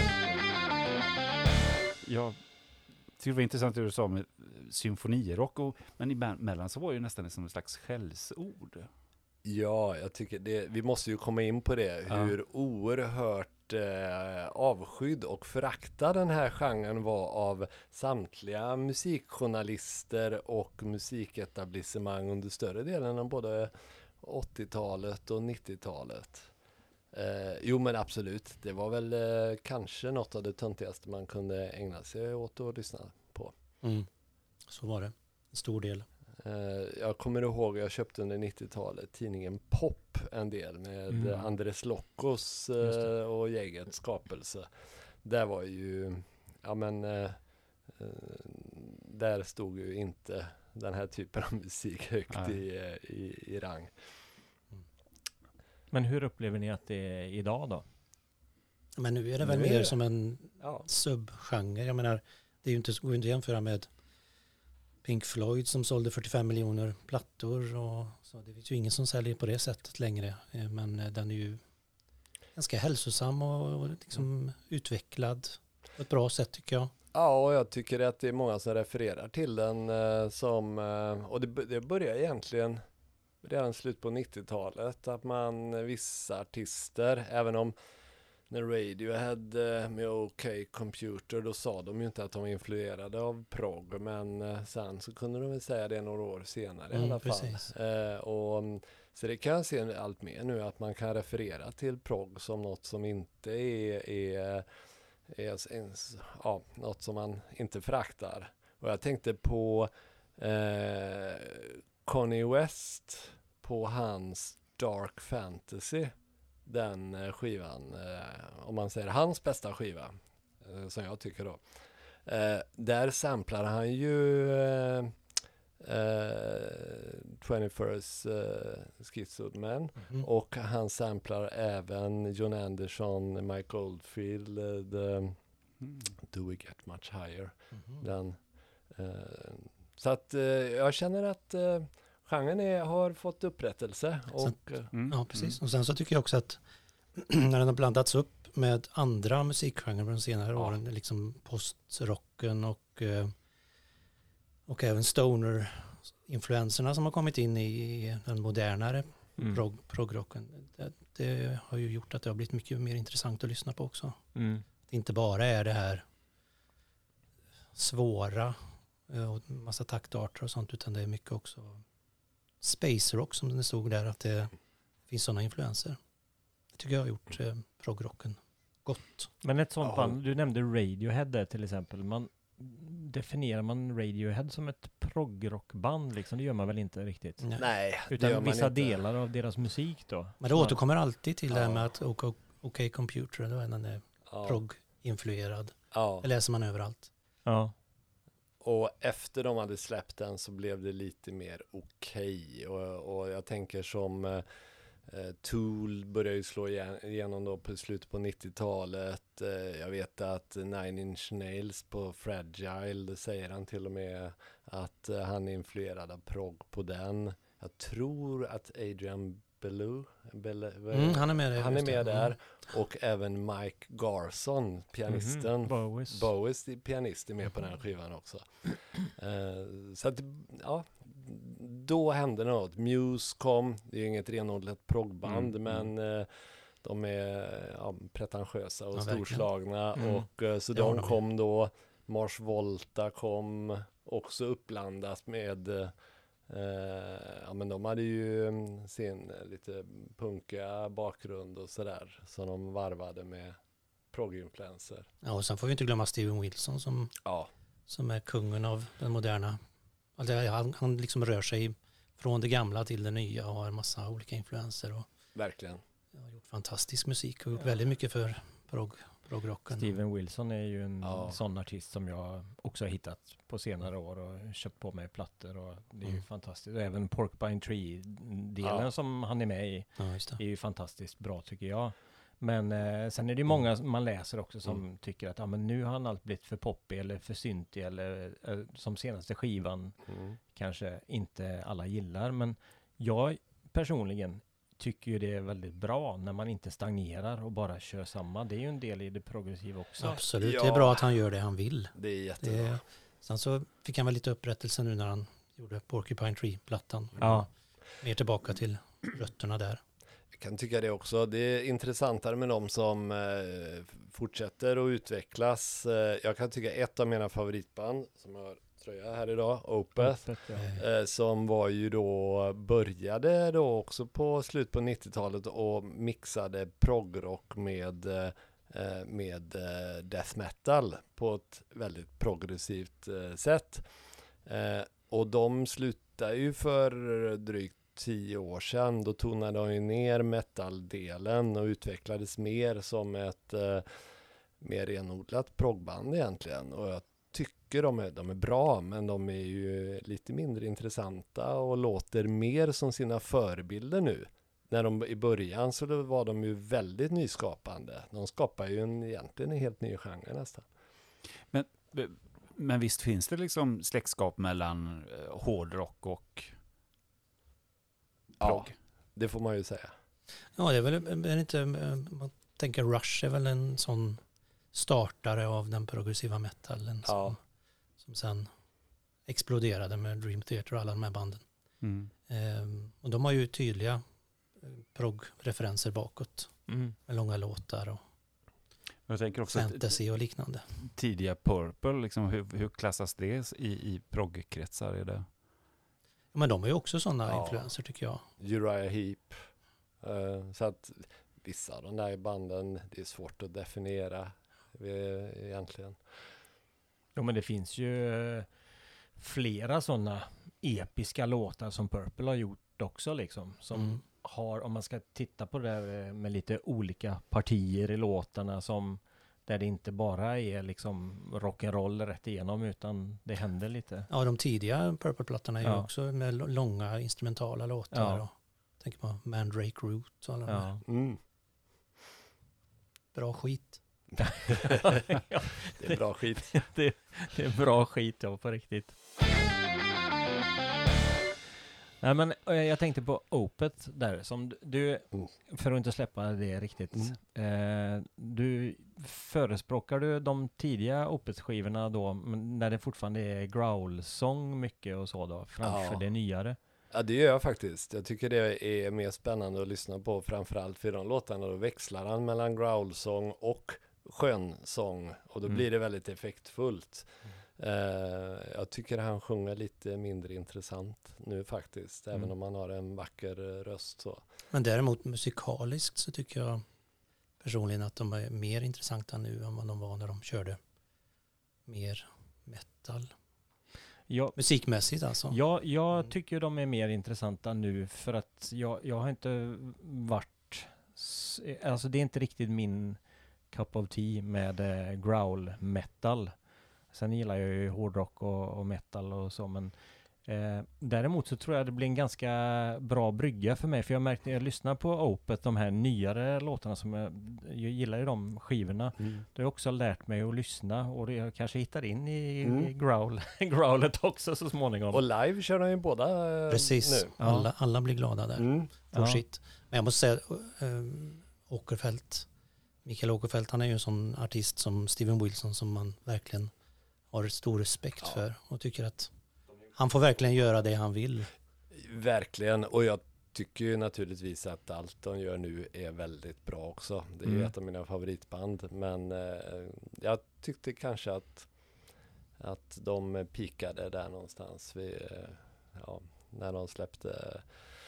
Jag tycker det var intressant det du sa med symfonirock, men emellan så var det ju nästan som en slags skällsord. Ja, jag tycker vi måste ju komma in på det. Hur oerhört avskydd och föraktad den här genren var av samtliga musikjournalister och musiketablissemang under större delen av både 80-talet och 90-talet. Jo men absolut, det var väl kanske något av det töntigaste man kunde ägna sig åt och lyssna på. Så var det, en stor del. Jag kommer ihåg, jag köpte under 90-talet tidningen Pop en del med Andres Lockos och gänget skapelse. Där var ju, där stod ju inte den här typen av musik högt i rang. Men hur upplever ni att det är idag då? Men nu är det väl mer som en subgenre. Jag menar, det är ju inte, går inte att jämföra med Pink Floyd som sålde 45 miljoner plattor. Och så. Det finns ju ingen som säljer på det sättet längre. Men den är ju ganska hälsosam och liksom utvecklad på ett bra sätt tycker jag. Ja, och jag tycker att det är många som refererar till den som... Och det börjar egentligen redan slut på 90-talet. Att vissa artister, även om när Radiohead med OK Computer, då sa de ju inte att de var influerade av prog, men sen så kunde de väl säga det några år senare i alla fall. Så det kan jag se allt mer nu, att man kan referera till prog som något som inte är något som man inte föraktar. Och jag tänkte på Kanye West på hans Dark Fantasy, den skivan, om man säger hans bästa skiva, som jag tycker då. Där samplar han ju 21st Schizoid Man, och han samplar även John Anderson, Mike Oldfield, Do We Get Much Higher. Den, så att jag känner att genren har fått upprättelse. Och, ja, precis. Och sen så tycker jag också att när den har blandats upp med andra musikgenrer de senare åren, liksom postrocken och även stoner-influenserna som har kommit in i den modernare progrocken. Det har ju gjort att det har blivit mycket mer intressant att lyssna på också. Det inte bara är det här svåra och massa taktarter och sånt, utan det är mycket också space rock som det stod där, att det finns sådana influenser. Det tycker jag har gjort progrocken gott. Men ett sånt band, du nämnde Radiohead där till exempel. Definierar man Radiohead som ett progrockband liksom? Det gör man väl inte riktigt? Nej, utan vissa delar av deras musik då? Men det återkommer alltid till det här med att OK Computer, då är den prog-influerad. Det läser man överallt. Ja. Och efter de hade släppt den så blev det lite mer okej. Och jag tänker som Tool började ju slå igenom då på slutet på 90-talet. Jag vet att Nine Inch Nails på Fragile, det säger han till och med, att han är influerad av prog på den. Jag tror att Adrian Bellew. Han är med där. Han är just det. med där. Och även Mike Garson, pianisten. Bowies pianist är med på den här skivan också. Så att, ja, då hände något. Muse kom, det är inget renodlat proggband, men de är pretentiösa och storslagna. Och så de kom då. Mars Volta kom också uppblandat med men de hade ju sin lite punkiga bakgrund och sådär, så de varvade med progginfluenser. Ja, och sen får vi inte glömma Steven Wilson som är kungen av den moderna. Alltså, han liksom rör sig från det gamla till det nya och har en massa olika influenser. Och verkligen. har gjort fantastisk musik och gjort väldigt mycket för progrocken. Steven Wilson är ju en sån artist som jag också har hittat på senare år och köpt på mig plattor, och det är ju fantastiskt. Och även Porcupine Tree-delen som han är med i är ju fantastiskt bra, tycker jag. Men sen är det ju många man läser också som tycker att men nu har han allt blivit för poppig eller för syntig, eller som senaste skivan kanske inte alla gillar. Men jag personligen tycker ju det är väldigt bra när man inte stagnerar och bara kör samma. Det är ju en del i det progressiva också. Absolut, det är bra att han gör det han vill. Det är jättebra. Sen så fick han väl lite upprättelse nu när han gjorde Porcupine Tree-plattan. Ja. Mer tillbaka till rötterna där. Jag kan tycka det också. Det är intressantare med de som fortsätter att utvecklas. Jag kan tycka ett av mina favoritband som har tröja här idag, Opeth, som var ju då, började då också på slut på 90-talet och mixade progrock med death metal på ett väldigt progressivt sätt. Och de slutade ju för drygt 10 år sedan. Då tonade de ju ner metal-delen och utvecklades mer som ett mer renodlat proggband egentligen. Och jag tycker de är bra, men de är ju lite mindre intressanta och låter mer som sina förebilder nu. När de i början så var de ju väldigt nyskapande. De skapar ju egentligen en helt ny genre nästan. Men visst finns det liksom släktskap mellan hårdrock och prog? Ja, det får man ju säga. Ja, det är väl inte, man tänker Rush är väl en sån startare av den progressiva metalen som sen exploderade med Dream Theater och alla de här banden. Och de har ju tydliga prog-referenser bakåt med långa låtar och jag tänker också fantasy och liknande. Tidiga Purple, liksom, hur klassas det i prog-kretsar? Är det? Ja, men de är ju också sådana influenser, tycker jag. Uriah Heep. Så att vissa av de där banden, det är svårt att definiera egentligen. Jo, men det finns ju flera sådana episka låtar som Purple har gjort också, liksom, som har, om man ska titta på det där med lite olika partier i låtarna, som där det inte bara är liksom rock'n'roll rätt igenom, utan det händer lite. Ja, de tidiga Purple-plattorna är ju också med långa instrumentala låtar. Och tänker på Mandrake Root och alla bra skit. Det är bra skit. Det är bra skit, på riktigt. Nej, men jag tänkte på Opeth där, som du, för att inte släppa det riktigt, du förespråkar du de tidiga Opeth-skivorna då, när det fortfarande är growl-sång mycket och så då, framför det nyare? Ja, det gör jag faktiskt. Jag tycker det är mer spännande att lyssna på, framförallt för de låtarna. Då växlar han mellan growl-sång och skönsång, och då blir det väldigt effektfullt. Jag tycker han sjunger lite mindre intressant nu faktiskt, även om han har en vacker röst så. Men däremot musikaliskt så tycker jag personligen att de är mer intressanta nu än vad de var när de körde mer metal. Musikmässigt alltså. Jag tycker de är mer intressanta nu, för att jag har inte varit, alltså det är inte riktigt min cup of tea med growl metal. Sen gillar jag ju hårdrock och metal och så, men Däremot så tror jag det blir en ganska bra brygga för mig. För jag märkte när jag lyssnar på Opeth, de här nyare låtarna som jag gillar ju de skivorna. Då har jag också lärt mig att lyssna och jag kanske hittar in i growlet också så småningom. Och live kör de ju båda Precis, nu. alla blir glada där. Ja. Shit. Men jag måste säga, Mikael Åkerfeldt, han är ju en sån artist som Steven Wilson som man verkligen har stor respekt för och tycker att han får verkligen göra det han vill. Verkligen, och jag tycker ju naturligtvis att allt de gör nu är väldigt bra också. Det är ju ett av mina favoritband, men jag tyckte kanske att de pikade där någonstans när de släppte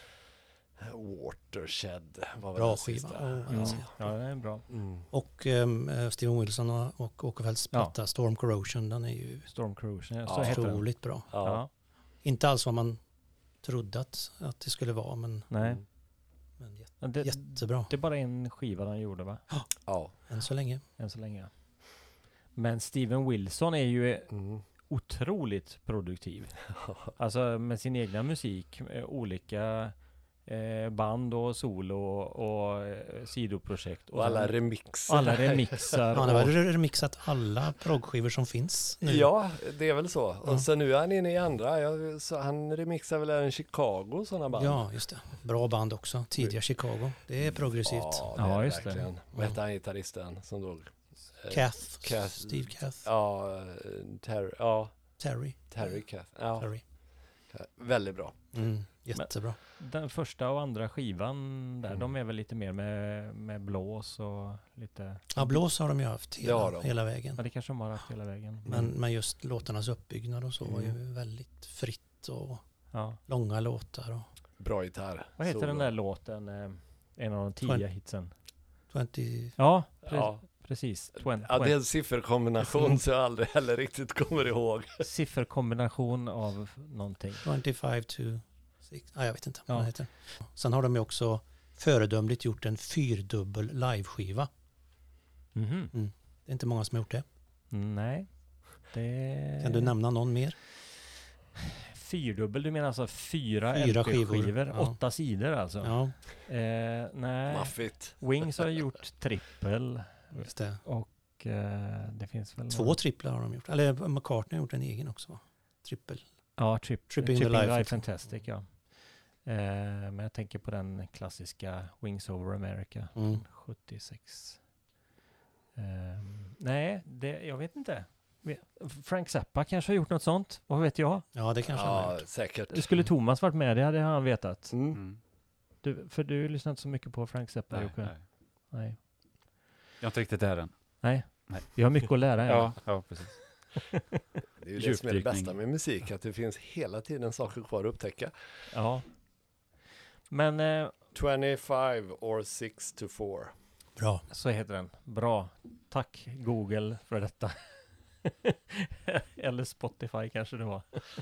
Watershed. Var väl Bra den skiva. sista. Ja, det är bra. Och Steven Wilson och Åkerfeldts platta Storm Corrosion, den är ju Storm Corrosion, så heter den. otroligt bra. Ja. Inte alls vad man trodde att det skulle vara, men Nej. Men jättebra. Det är bara en skiva han gjorde, va? Ja. Än så länge. Än så länge. Men Steven Wilson är ju otroligt produktiv. Alltså med sin egna musik, olika band och solo och sidoprojekt. Och alla remixer. Alla remixar. Han har väl remixat alla proggskivor som finns nu. Ja, det är väl så. Och så nu är han inne i andra. Så han remixar väl även Chicago, sådana band. Ja, just det. Bra band också. Tidiga Chicago. Det är progressivt. Ja, Ja, det just det. verkligen. Vad hette han gitarristen som dog? Steve Cath. Ja, Terry Cath. Ja, Terry. väldigt bra. Jättebra. Den första och andra skivan där, de är väl lite mer med blås och lite... Ja, blås har de ju haft hela vägen. Ja, det kanske de har haft hela vägen. Men just låtarnas uppbyggnad och så var ju väldigt fritt och långa låtar. Och Bra gitarr. vad heter den där låten? En av de 10 hitsen. 20... Ja, precis. Ja, det är en sifferkombination så jag aldrig heller riktigt kommer ihåg. Sifferkombination av någonting. 25 to 6. Jag vet inte vad det heter. Sen har de ju också föredömligt gjort en 4-dubbel liveskiva. Det är inte många som har gjort det. Nej. Kan du nämna någon mer? 4-dubbel, du menar alltså 4 LP-skivor? 8 sidor alltså? Ja. Nej. Maffigt. Wings har gjort trippel. Just det. Och det finns väl... 2 tripplar har de gjort. Eller McCartney har gjort en egen också, va? Trippel. Ja, Tripping the Life Fantastic, ja. Men jag tänker på den klassiska Wings Over America 76. Nej, jag vet inte. Frank Zappa kanske har gjort något sånt. Vad vet jag? Ja, det kanske han har gjort. Säkert. Skulle Thomas varit med? Det hade han vetat. För du lyssnar inte så mycket på Frank Zappa, Jocke. Nej. Jag är inte riktigt där än. Nej. Vi har mycket att lära. Ja, precis. Det är ju det som är det bästa med musik, att det finns hela tiden saker kvar att upptäcka. Ja. Men... 25 or 6 to 4. Bra. Så heter den. Bra. Tack Google för detta. Eller Spotify kanske det var.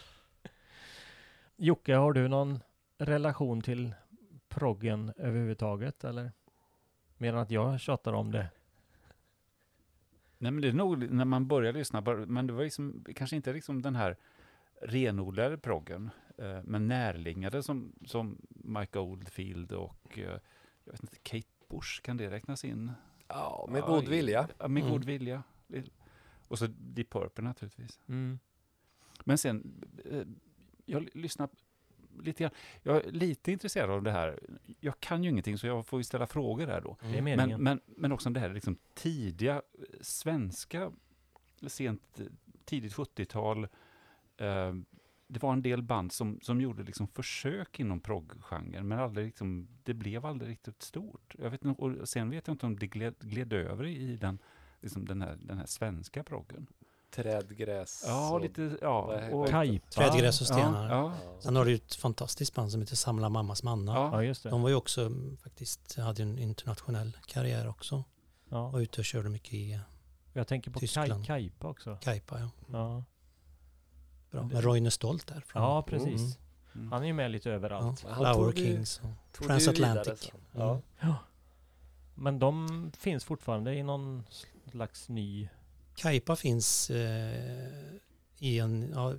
Jocke, har du någon relation till proggen överhuvudtaget, eller? Mer än att jag tjatar om det. Nej, men det är nog när man börjar lyssna, men det var liksom, kanske inte liksom den här renodlade proggen, men närlingade som Mike Oldfield och jag vet inte, Kate Bush, kan det räknas in? Ja, med god vilja. Ja, med god vilja. Och så Deep Purple naturligtvis. Men sen, jag lyssnar lite grann. Jag är lite intresserad av det här. Jag kan ju ingenting, så jag får ju ställa frågor där då. Det är meningen. Men också det här liksom tidiga svenska, tidigt 70-tal. Det var en del band som gjorde liksom försök inom prog-genren, men aldrig liksom, det blev aldrig riktigt stort. Jag vet inte, och sen vet jag inte om det gled över i den här svenska proggen. Trädgräs. Ja, lite, ja. Och Kajpa. Trädgräs och stenar. Ja. Sen har du ett fantastiskt band som heter Samla mammas manna. Ja, just det. De var ju också faktiskt, hade en internationell karriär också. Ja. Och ute och körde mycket i Jag tänker på Tyskland. Kajpa också. Kajpa, ja. Ja. Bra. Med Roine Stolt där. Ja, precis. Han är ju med lite överallt. Ja. Flower Kings och Transatlantic. Ja. Men de finns fortfarande i någon slags ny... Kajpa finns i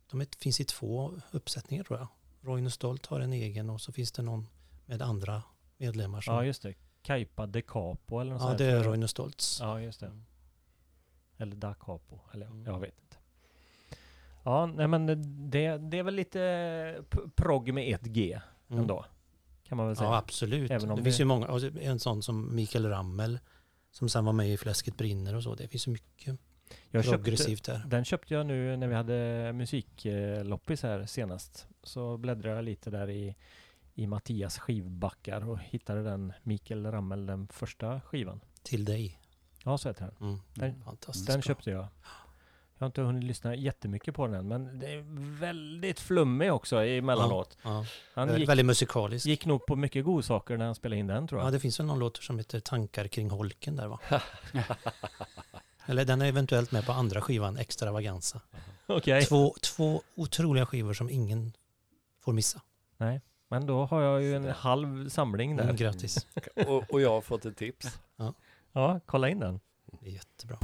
finns i 2 uppsättningar tror jag. Roine Stolt har en egen och så finns det någon med andra medlemmar. Ja, just det. Kaipa de Capo eller något Ja, sånt det här, är tror jag. Roine Stolts. Ja, just det. Eller da Capo. Eller jag vet inte. Ja, nej men det är väl lite progg med ett G ändå. Kan man väl säga. Ja, absolut. Även om det finns ju många. Och en sån som Mikael Rammel som sen var med i Fläsket brinner och så. Det finns ju mycket progressivt där. Den köpte jag nu när vi hade musikloppis här senast. Så bläddrade jag lite där i Mattias skivbackar och hittade den Mikael Rammel, den första skivan. Till dig. Ja, så heter den. Fantastiskt Den bra. köpte jag. Jag har inte hunnit lyssna jättemycket på den, men det är väldigt flummig också emellanåt. Ja. Han Väldigt musikalisk. gick nog på mycket godsaker när han spelade in den, tror jag. Ja, det finns väl någon låt som heter Tankar kring holken där va? Eller den är eventuellt med på andra skivan, Extravaganza. Okej. Två otroliga skivor som ingen får missa. Nej, men då har jag ju en halv samling där. Grattis. Och jag har fått ett tips. Ja, kolla in den. Det är jättebra.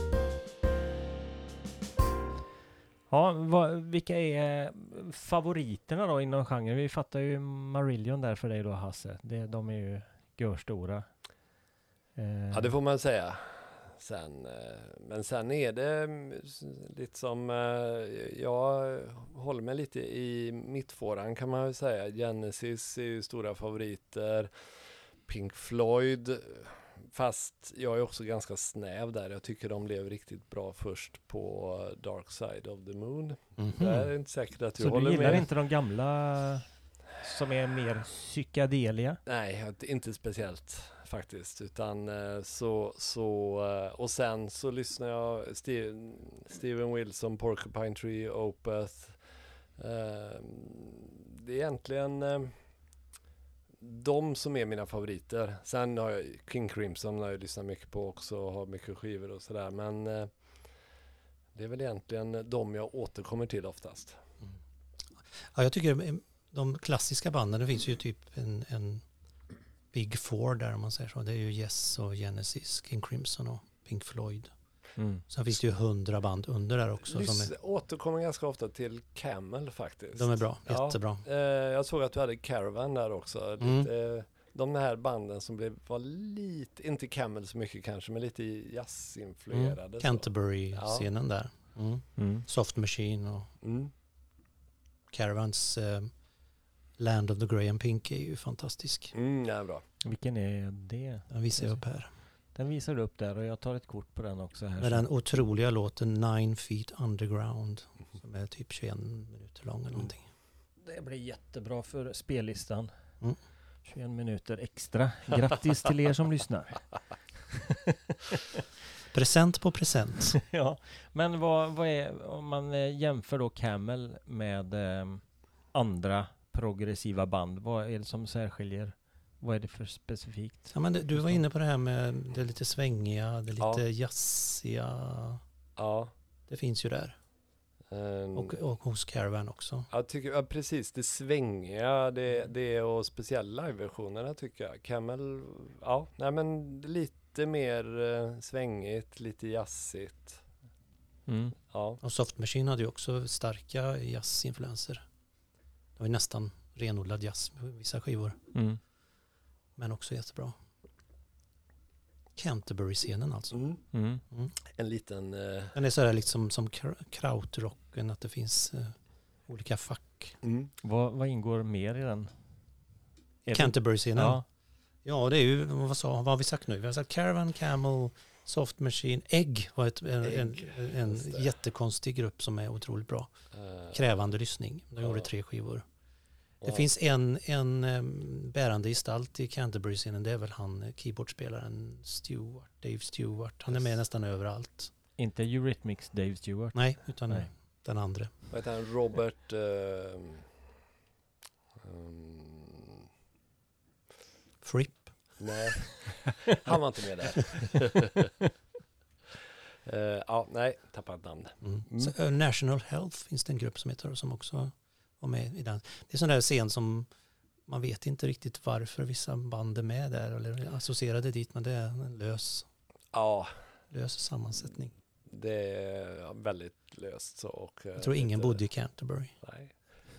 Ja, vilka är favoriterna då inom genren? Vi fattar ju Marillion där för dig då, Hasse. De är ju görstora. Ja, det får man säga. Men sen är det lite som jag håller mig lite i mittfåran kan man väl säga. Genesis är ju stora favoriter. Pink Floyd, fast jag är också ganska snäv där. Jag tycker de blev riktigt bra först på Dark Side of the Moon. Det är inte säkert att jag Så håller du gillar med. inte de gamla som är mer psykedelia? Nej, inte speciellt faktiskt, utan och sen så lyssnar jag Steven Wilson, Porcupine Tree, Opeth. Det är egentligen de som är mina favoriter. Sen har jag King Crimson har jag lyssnat mycket på också och har mycket skivor och sådär, men det är väl egentligen de jag återkommer till oftast. Ja, jag tycker de klassiska banden, det finns ju typ en Big Four där om man säger så. Det är ju Yes och Genesis, King Crimson och Pink Floyd. Sen finns det ju 100 band under där också. Återkommer ganska ofta till Camel faktiskt. De är bra, jättebra. Jag såg att du hade Caravan där också. De här banden som var lite, inte Camel så mycket kanske, men lite jazzinfluerade. Canterbury-scenen där. Soft Machine och Caravans Land of the Grey and Pink är ju fantastisk. Ja, bra. Vilken är det? Den visar jag upp här. Den visar du upp där och jag tar ett kort på den också här. Med den otroliga låten 9 Feet Underground som är typ 21 minuter lång eller någonting. Det blir jättebra för spellistan. 21 minuter extra. Grattis till er som lyssnar. Present på present. Ja, men vad är, om man jämför då Camel med andra progressiva band, vad är det som särskiljer? Vad är det för specifikt? Ja, men du var inne på det här med det lite svängiga, det lite jazziga. Ja. Det finns ju där. Och hos Caravan också. Jag tycker precis, det svängiga, det och speciella liveversionerna tycker jag. Camel, men lite mer svängigt, lite jazzigt. Ja. Och Soft Machine hade ju också starka jazzinfluenser. Det var ju nästan renodlad jazz på vissa skivor. Men också jättebra. Canterbury-scenen alltså. En liten... Den är sådär liksom som krautrocken, att det finns olika fack. Vad ingår mer i den? Canterbury-scenen? Ja, det är ju, vad har vi sagt nu? Vi har sagt Caravan, Camel, Soft Machine, Egg var en jättekonstig grupp som är otroligt bra. Krävande lyssning. De gjorde 3 skivor. Det finns en bärande gestalt i Canterbury-scenen. Det är väl han, keyboardspelaren Dave Stewart. Han är med nästan överallt. Inte Eurythmics Dave Stewart? Nej, utan den andra. Vad heter han? Robert... Fripp? Nej, han var inte med där. Tappat namn. Så, National Health finns det en grupp som heter som också var med i den. Det är sån där scen som man vet inte riktigt varför vissa band är med där eller associerade dit, men det är en lös sammansättning. det är väldigt löst så. Och, Jag tror ingen bodde i Canterbury. Nej.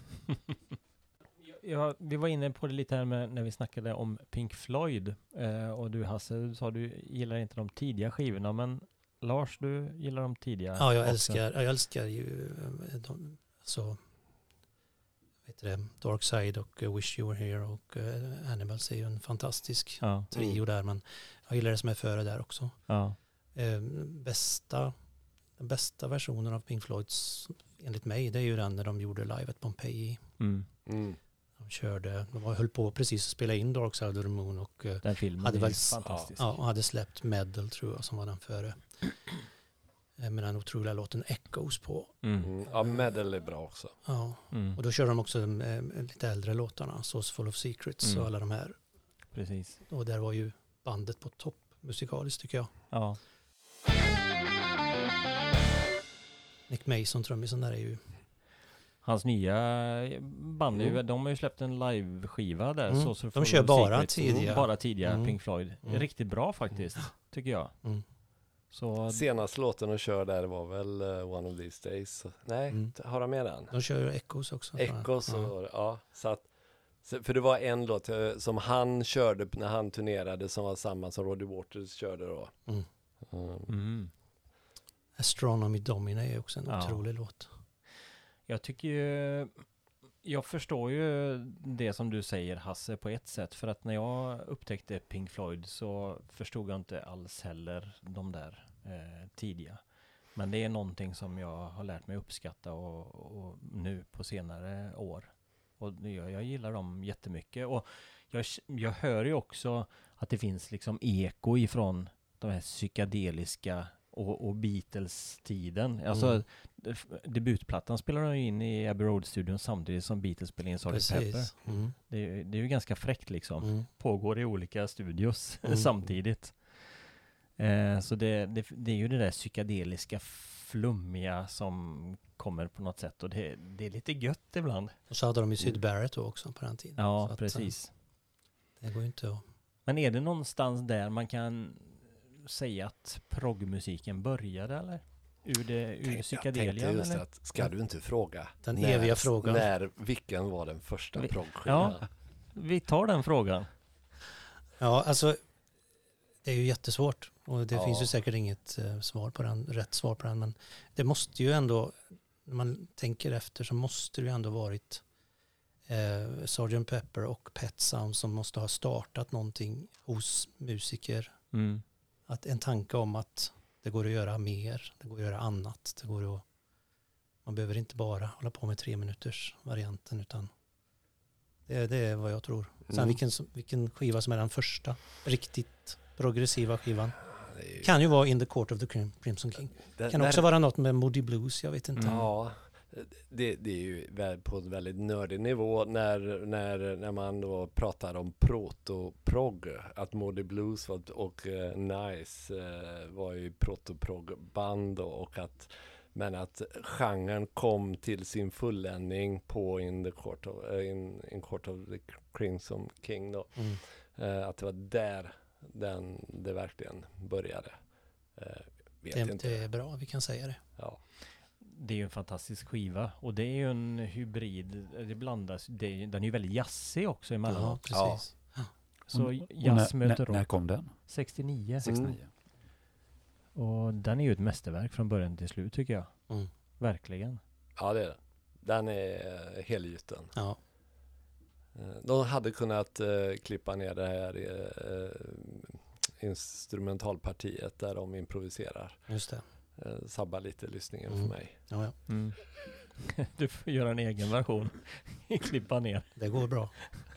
Ja, vi var inne på det lite här med när vi snackade om Pink Floyd. Och du Hasse, du sa du gillar inte de tidiga skivorna, men Lars, du gillar de tidiga? Ja, jag också. älskar ju de, så vet det, Dark Side och Wish You Were Here och Animals är ju en fantastisk Ja, trio där, men jag gillar det som är före där också. ja, Den bästa versionen av Pink Floyds enligt mig, det är ju den när de gjorde Live at Pompeii. mm. De höll på precis att spela in Dark Side of the Moon och Den filmen hade är väl fantastisk. och hade släppt Medal tror jag som var den före. Med den otroliga låten Echoes på. Ja, Medal är bra också. Ja. Mm. Och då kör de också lite äldre låtarna, Source Full of Secrets och alla de här. Precis. Och där var ju bandet på topp musikaliskt tycker jag. Ja. Nick Mason, trummisen där är ju... Hans nya band, de har ju släppt en live-skiva där. Mm. Så De kör bara tidiga. Pink Floyd. Riktigt bra faktiskt, tycker jag. Mm. Så, Senaste låten de kör där var väl One of These Days. Nej, har de med den? De kör Echoes också. Echoes, ja. Så att, för det var en låt som han körde när han turnerade som var samma som Roddy Waters körde då. Astronomy Domina är också en otrolig låt. Jag tycker ju, jag förstår ju det som du säger Hasse på ett sätt, för att när jag upptäckte Pink Floyd så förstod jag inte alls heller de där tidiga. Men det är någonting som jag har lärt mig uppskatta och nu på senare år. Och jag gillar dem jättemycket. Och jag hör ju också att det finns liksom eko ifrån de här psykedeliska och Beatles-tiden. Alltså debutplattan spelar de in i Abbey Road-studion samtidigt som Beatles spelar in Sgt. Pepper. Det är ju ganska fräckt liksom. Pågår i olika studios samtidigt. Så det är ju det där psykedeliska flummiga som kommer på något sätt. Och det är lite gött ibland. Och så hade de ju Syd Barrett då också på den tiden. Ja, så att, precis. Det går ju inte att... Men är det någonstans där man kan säga att proggmusiken började eller? Ur psykedelian Jag tänkte just eller? att, ska du inte fråga Den eviga frågan. Vilken var den första proggskivan? Ja, vi tar den frågan. Ja, alltså det är ju jättesvårt och det finns ju säkert inget rätt svar på den, men det måste ju ändå, när man tänker efter så måste det ju ändå varit Sgt. Pepper och Pet Sounds som måste ha startat någonting hos musiker. Att en tanke om att det går att göra mer, det går att göra annat, man behöver inte bara hålla på med 3 minuters varianten utan det är vad jag tror. Sen vilken skiva som är den första riktigt progressiva skivan. Kan ju vara In the Court of the Crimson King. Kan också vara något med Moody Blues, jag vet inte. Ja, det är ju på en väldigt nördig nivå när man då pratar om proto-prog, att Moody Blues och Nice var ju proto-prog-band och att genren kom till sin fulländning på In Court of the Crimson King då. Att det var där det verkligen började. Det är bra, vi kan säga det. Ja. Det är ju en fantastisk skiva och det är ju en hybrid, det blandas, den är ju väldigt jazzig också emellanåt. Ja, precis. Ja. Så jazz möter rock. När kom den? 69. 69. Och den är ju ett mästerverk från början till slut tycker jag. Verkligen. Ja, det är det. Den är helgjuten. Ja. De hade kunnat klippa ner det här instrumentalpartiet där de improviserar. Just det. Sabbar lite lyssningen för mig. Ja. Du får göra en egen version. Klippa ner. Det går bra.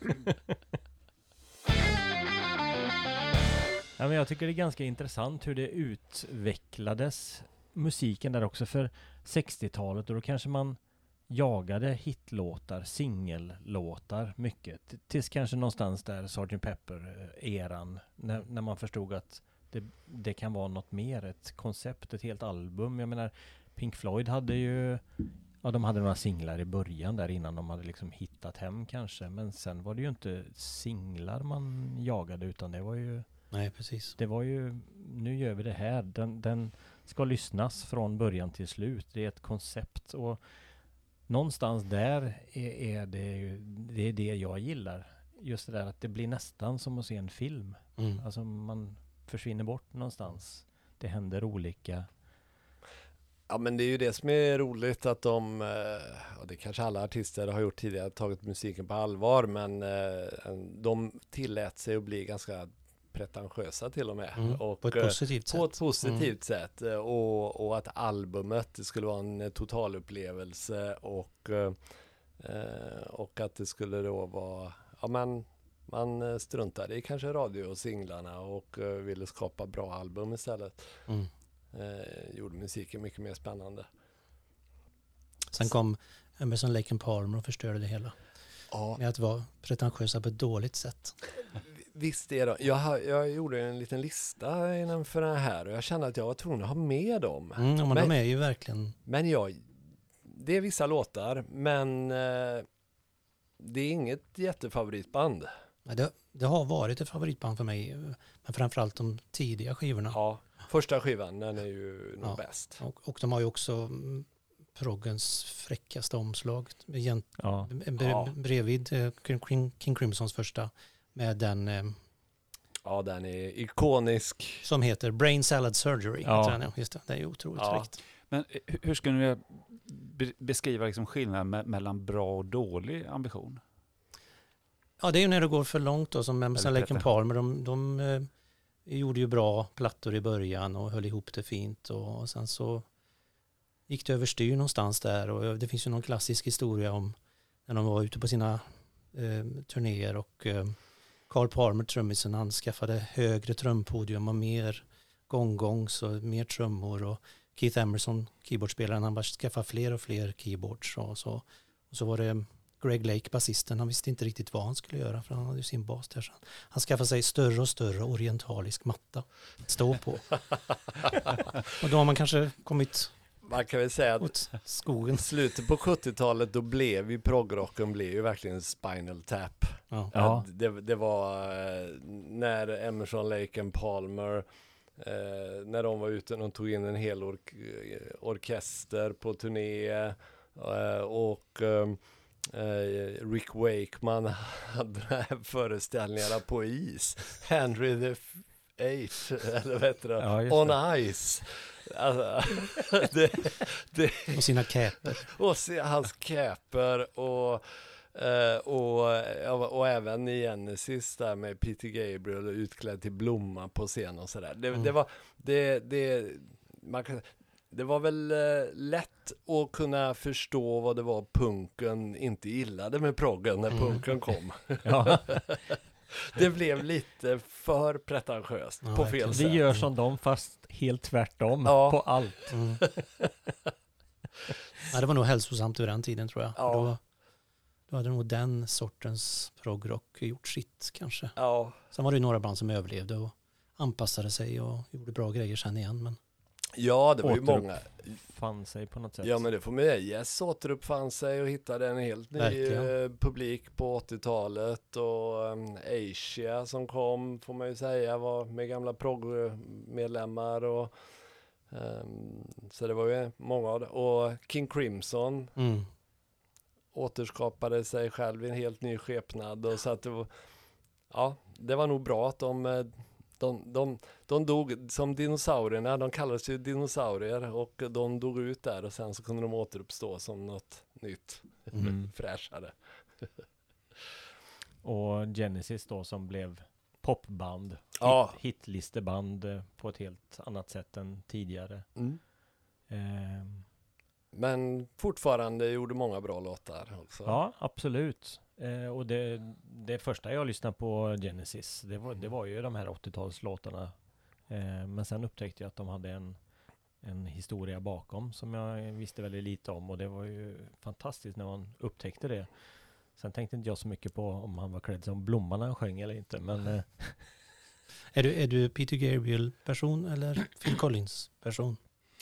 Ja, men jag tycker det är ganska intressant hur det utvecklades musiken där också för 60-talet och då kanske man jagade hitlåtar, singellåtar mycket. Tills kanske någonstans där Sgt. Pepper-eran när man förstod att det kan vara något mer, ett koncept, ett helt album. Jag menar, Pink Floyd hade ju, de hade några singlar i början där innan de hade liksom hittat hem kanske. Men sen var det ju inte singlar man jagade utan det var ju... Nej, precis. Det var ju, nu gör vi det här. Den ska lyssnas från början till slut. Det är ett koncept och någonstans där är det jag gillar. Just det där att det blir nästan som att se en film. Alltså man försvinner bort någonstans. Det händer olika. Ja, men det är ju det som är roligt att och det kanske alla artister har gjort tidigare, tagit musiken på allvar, men de tillät sig att bli ganska pretentiösa till och med. Och, på ett positivt sätt. På ett positivt sätt. Och att albumet skulle vara en totalupplevelse och att det skulle då vara, ja men man struntade i kanske radio och singlarna och ville skapa bra album istället. Gjorde musiken mycket mer spännande. Sen kom Emerson, Lake and Palmer och förstörde det hela. Ja. Med att vara pretentiösa på ett dåligt sätt. Visst är det. Jag gjorde en liten lista innanför den här och jag kände att jag var tvungen att ha med dem. Men de är ju verkligen... Men det är vissa låtar, men det är inget jättefavoritband. Det har varit ett favoritband för mig, men framförallt de tidiga skivorna. Ja, första skivan, den är ju nog bäst. Och de har ju också proggens fräckaste omslag bredvid King Crimsons första med den den är ikonisk. som heter Brain Salad Surgery. Ja. Just det är ju otroligt fräckt. Men hur skulle ni beskriva liksom skillnaden mellan bra och dålig ambition? Ja, det är ju när det går för långt då, som Emerson, Lake and Palmer. De gjorde ju bra plattor i början och höll ihop det fint och sen så gick det överstyr någonstans där och det finns ju någon klassisk historia om när de var ute på sina turnéer och Carl Palmer, trummisen, han skaffade högre trumpodium och mer gånggångs och mer trummor och Keith Emerson, keyboardspelaren, han bara skaffade fler och fler keyboards och så var det Greg Lake, basisten, han visste inte riktigt vad han skulle göra för han hade ju sin bas där. Så han skaffade sig större och större orientalisk matta att stå på. Och då har man kanske kommit Man kan väl säga åt skogen. Slutet på 70-talet då blev ju proggrocken verkligen Spinal Tap. Ja. Det var när Emerson, Lake and Palmer när de var ute och tog in en hel orkester på turné och Rick Wakeman hade de här föreställningarna på is. Henry the Eighth, eller vad heter det? On Ice. Alltså, och sina käper. Och hans käper och även i Genesis där med Peter Gabriel utklädd till blomma på scen och sådär. Det var väl lätt att kunna förstå vad det var punken inte gillade med proggen när punken kom. Ja. Det blev lite för pretentiöst på fel sätt. Vi gör som dem fast helt tvärtom på allt. Ja, det var nog hälsosamt ur den tiden tror jag. Ja. Då hade nog den sortens progrock gjort sitt kanske. Ja. Sen var det ju några band som överlevde och anpassade sig och gjorde bra grejer sen igen. Men... Ja, det var ju många. Fann sig på något sätt. Ja, men det får man ju. Yes återuppfann sig och hittade en helt ny publik på 80-talet och Asia som kom får man ju säga var med gamla prog-medlemmar och så det var ju många av det. Och King Crimson återskapade sig själv i en helt ny skepnad och så att det var nog bra att de dog som dinosaurierna, de kallades ju dinosaurier och de dog ut där och sen så kunde de återuppstå som något nytt, fräschare. Och Genesis då som blev popband, hitlisteband på ett helt annat sätt än tidigare. Men fortfarande gjorde många bra låtar också. Ja, absolut. Och det första jag lyssnade på Genesis, det var ju de här 80-talslåtarna. Men sen upptäckte jag att de hade en historia bakom som jag visste väldigt lite om. Och det var ju fantastiskt när man upptäckte det. Sen tänkte inte jag så mycket på om han var klädd som blomman när han sjöng eller inte. Men, är du Peter Gabriel-person eller Phil Collins-person?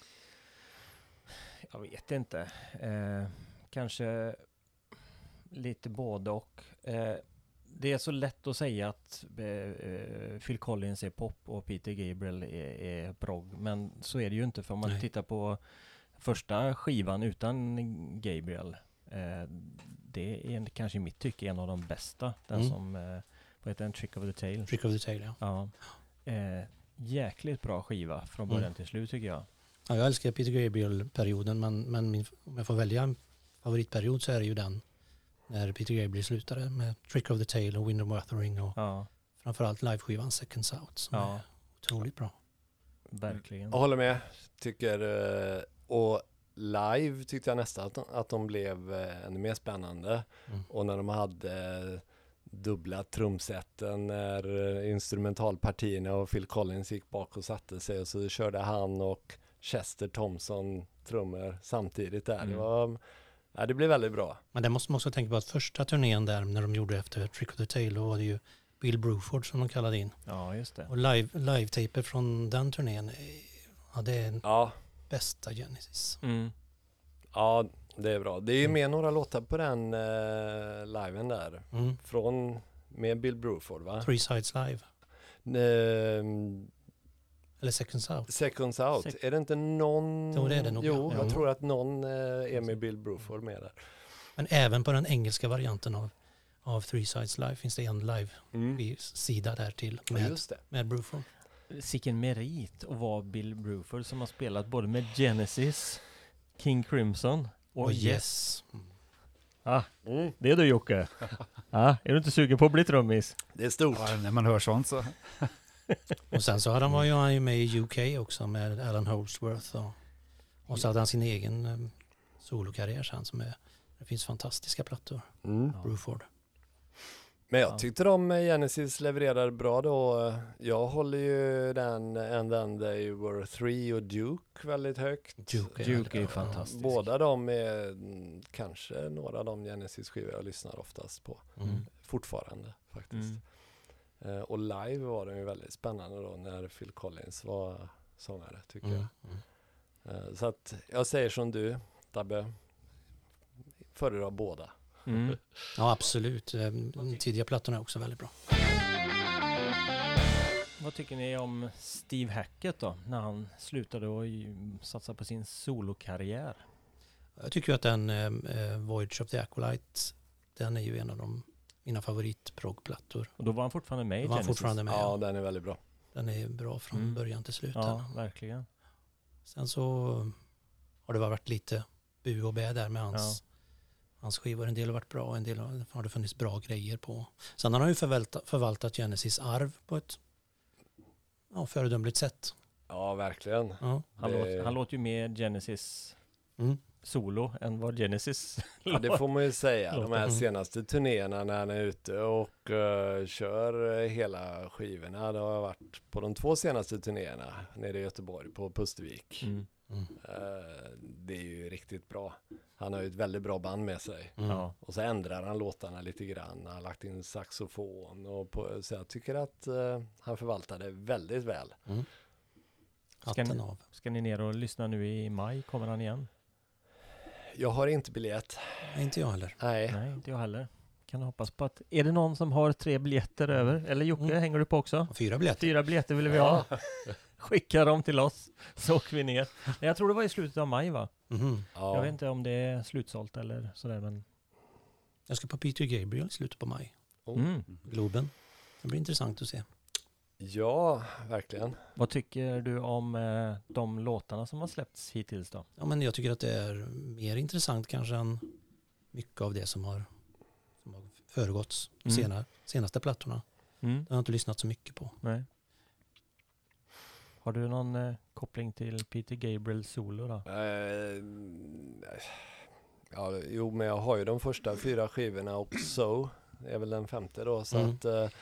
Jag vet inte. Kanske lite både och. det är så lätt att säga att Phil Collins är pop och Peter Gabriel är prog. Men så är det ju inte, för om man tittar på första skivan utan Gabriel. Det är kanske i mitt tycke en av de bästa. Den som, vad heter den? Trick of the Tail. Trick of the Tail, ja. Jäkligt bra skiva från början till slut tycker jag. Ja, jag älskar Peter Gabriel-perioden, men om jag får välja en favoritperiod så är det ju den när Peter Gabriel slutade med Trick of the Tail och Wind of Wuthering och framförallt liveskivan Seconds Out som är otroligt bra. Verkligen. Jag håller med. Tycker, och live tyckte jag nästan att de blev ännu mer spännande. Och när de hade dubbla trumsätten, när instrumentalpartierna och Phil Collins gick bak och satte sig, och så körde han och Chester Thompson trummor samtidigt där. Det blev väldigt bra. Men det måste man också tänka på att första turnén där när de gjorde efter Trick of the Tail, då var det ju Bill Bruford som de kallade in. Ja, just det. Och live-taper från den turnén, det är bästa Genesis. Ja, det är bra. Det är ju med några låtar på den liven där. Med Bill Bruford, va? Three Sides Live. Eller Seconds Out. Seconds Out. Är det inte någon... Jo, det är det nog. Jo, jag tror att någon är med Bill Bruford med där. Men även på den engelska varianten av Three Sides Live finns det en live-sida där till med Bruford. Sicken merit att vara Bill Bruford som har spelat både med Genesis, King Crimson och Yes. Det är du, Jocke. Är du inte sugen på att bli trummis? Det är stort. Ja, när man hör sånt så... Och sen så var han ju med i UK också med Alan Holdsworth och så hade han sin egen solokarriär sen det finns fantastiska plattor. Bruford. Men jag tyckte Genesis levererade bra då. Jag håller ju den And Then They Were Three och Duke väldigt högt. Duke är fantastisk. Båda de är kanske några av de Genesis-skivor jag lyssnar oftast på. Fortfarande faktiskt. Och live var den ju väldigt spännande då när Phil Collins var sångare, tycker jag. Så att jag säger som du, Tabbe, föredrar båda. Ja, absolut. Tidiga plattorna är också väldigt bra. Vad tycker ni om Steve Hackett då, när han slutade och satsa på sin solokarriär? Jag tycker att den Voyage of the Acolyte, den är ju en av mina favoritproggplattor. Och då var han fortfarande med i Genesis? Fortfarande med, ja, den är väldigt bra. Den är bra från början till slut. Ja, verkligen. Sen så har det varit lite bu och bä där med hans skivor. En del har varit bra, en del har det funnits bra grejer på. Sen har han ju förvaltat Genesis arv på ett föredömligt sätt. Ja, verkligen. Ja. Han låter ju mer Genesis solo än vad Genesis ja, det får man ju säga. De här senaste turnéerna när han är ute och kör hela skivorna. Det har varit på de 2 senaste turnéerna nere i Göteborg på Pustervik. Det är ju riktigt bra. Han har ju ett väldigt bra band med sig. Och så ändrar han låtarna lite grann. Han har lagt in saxofon. Så jag tycker att han förvaltar det väldigt väl. Ska ni ner och lyssna nu i maj? Kommer han igen? Jag har inte biljett. Nej, inte jag heller. Nej, inte jag heller. Kan hoppas på att... Är det någon som har 3 biljetter över? Eller Jocke, hänger du på också? 4 biljetter. 4 biljetter vill vi ha. Skicka dem till oss, så åker vi ner. Jag tror det var i slutet av maj, va? Ja. Jag vet inte om det är slutsålt eller sådär, men... Jag ska på Peter Gabriel i slutet på maj. Globen. Det blir intressant att se. Ja, verkligen. Vad tycker du om de låtarna som har släppts hittills då? Ja, men jag tycker att det är mer intressant kanske än mycket av det som har föregåtts senaste plattorna. Det har jag inte lyssnat så mycket på. Nej. Har du någon koppling till Peter Gabriel solo då? Men jag har ju de första 4 skivorna och So är väl den 5:e då. Så att,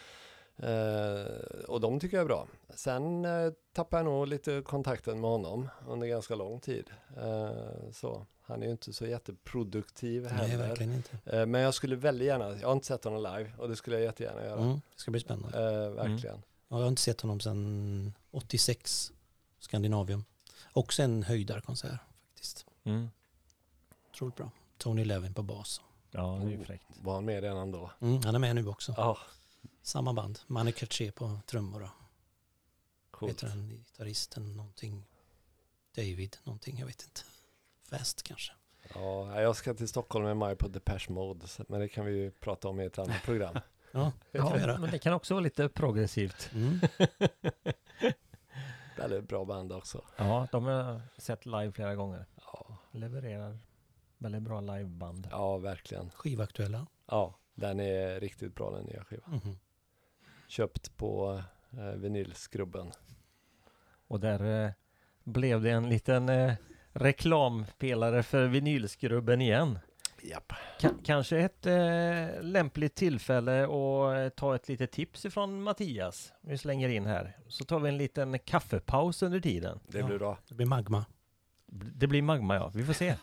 och de tycker jag är bra. Sen tappar jag nog lite kontakten med honom under ganska lång tid. Så han är ju inte så jätteproduktiv heller. Nej, verkligen inte. Men jag skulle väldigt gärna, jag har inte sett honom live och det skulle jag jättegärna göra. Det ska bli spännande. Verkligen. Ja, jag har inte sett honom sedan 86, Skandinavium. Också en höjdarkonsert faktiskt. Otroligt bra. Tony Levin på bas. Ja, det är ju fräckt. Var han med redan då? Han är med nu också. Ja, Samma band. Manu Katché på trummor och coolt. heter den gitarristen någonting. David någonting, jag vet inte. Fast kanske. Ja, jag ska till Stockholm med maj på Depeche Mode, men det kan vi ju prata om i ett annat program. Ja, det kan vi göra. Men det kan också vara lite progressivt. Väldigt bra band också. Ja, de har jag sett live flera gånger. Ja, Levererar väldigt bra liveband. ja verkligen. Skivaktuella. Ja, den är riktigt bra den nya skivan. Köpt på vinylskrubben. Och där blev det en liten reklampelare för vinylskrubben igen. Japp. Kanske ett lämpligt tillfälle att ta ett litet tips ifrån Mattias. Vi slänger in här. Så tar vi en liten kaffepaus under tiden. Det blir bra. Det blir Magma. Det blir Magma, ja. Vi får se.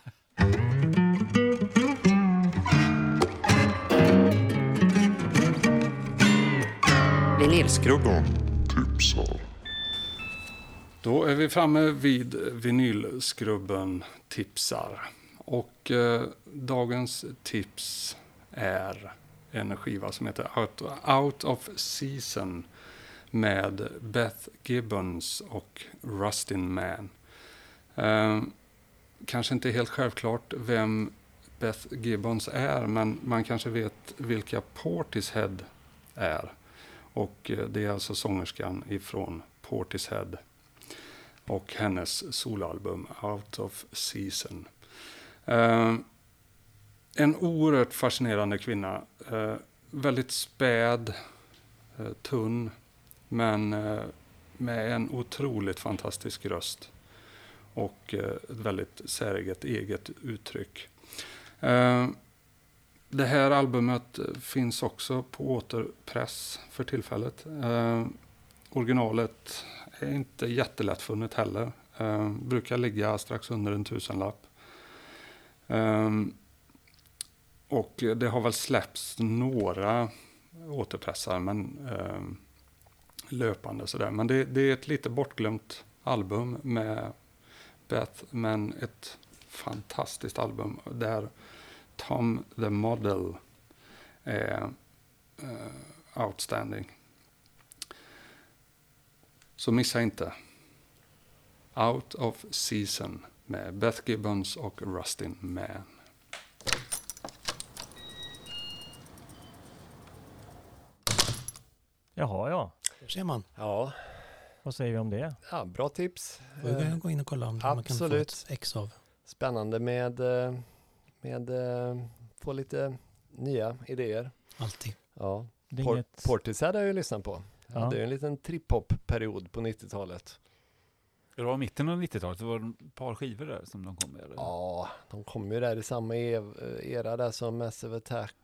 Vinylskrubben tipsar. Då är vi framme vid vinylskrubben tipsar. Och dagens tips är en skiva som heter Out of Season med Beth Gibbons och Rustin Man. Kanske inte helt självklart vem Beth Gibbons är, men man kanske vet vilka Portishead är. Och det är alltså sångerskan ifrån Portishead och hennes soloalbum Out of Season. En oerhört fascinerande kvinna. Väldigt späd, tunn, men med en otroligt fantastisk röst. Och ett väldigt säreget eget uttryck. Det här albumet finns också på återpress för tillfället. Originalet är inte jättelättfunnet heller. Brukar ligga strax under 1000-lapp. Och det har väl släppts några återpressar, men löpande sådär. Men det är ett lite bortglömt album med Beth, men ett fantastiskt album där Tom the Model är outstanding. Så missa inte Out of Season med Beth Gibbons och Rustin Man. Jaha, ja. Där ser man. Ja, Vad säger vi om det? ja bra tips. Får vi gå in och kolla om man kan få absolut. ett ex av. Spännande med få lite nya idéer. Alltid. Ja. Det är inget... Portishead har jag ju lyssnat på. Ja. Det är en liten trip-hop-period på 90-talet. Det var mitten av 90-talet, det var ett par skivor där som de kom med. Eller? Ja, de kom ju där i samma era där som Massive Attack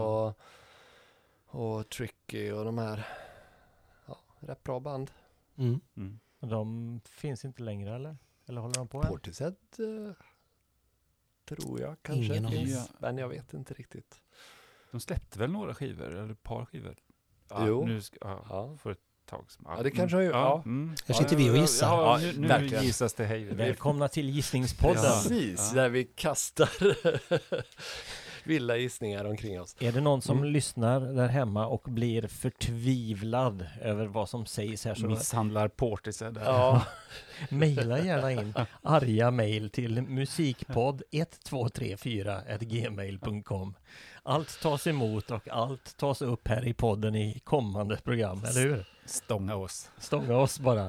och Tricky och de här. Ja, rätt bra band. Mm. De finns inte längre, eller? Eller håller de på än? Portishead tror jag kanske Ingen aning. finns, men jag vet inte riktigt. De släppte väl några skivor, eller ett par skivor? Jo. Nu Ja. för ett tag sedan. Ja, det kanske har ju- ja. Här sitter vi och gissar. Ja, Ja, nu verkligen. gissas det hej. Välkomna till Gissningspodden. Precis, Ja. där vi kastar vilda gissningar omkring oss. Är det någon som lyssnar där hemma och blir förtvivlad över vad som sägs här, så Misshandlar Portishead. Ja, mejla gärna in arga mejl till musikpodd1234@gmail.com. Allt tas emot och allt tas upp här i podden i kommande program, eller hur? Stånga oss. Stånga oss bara.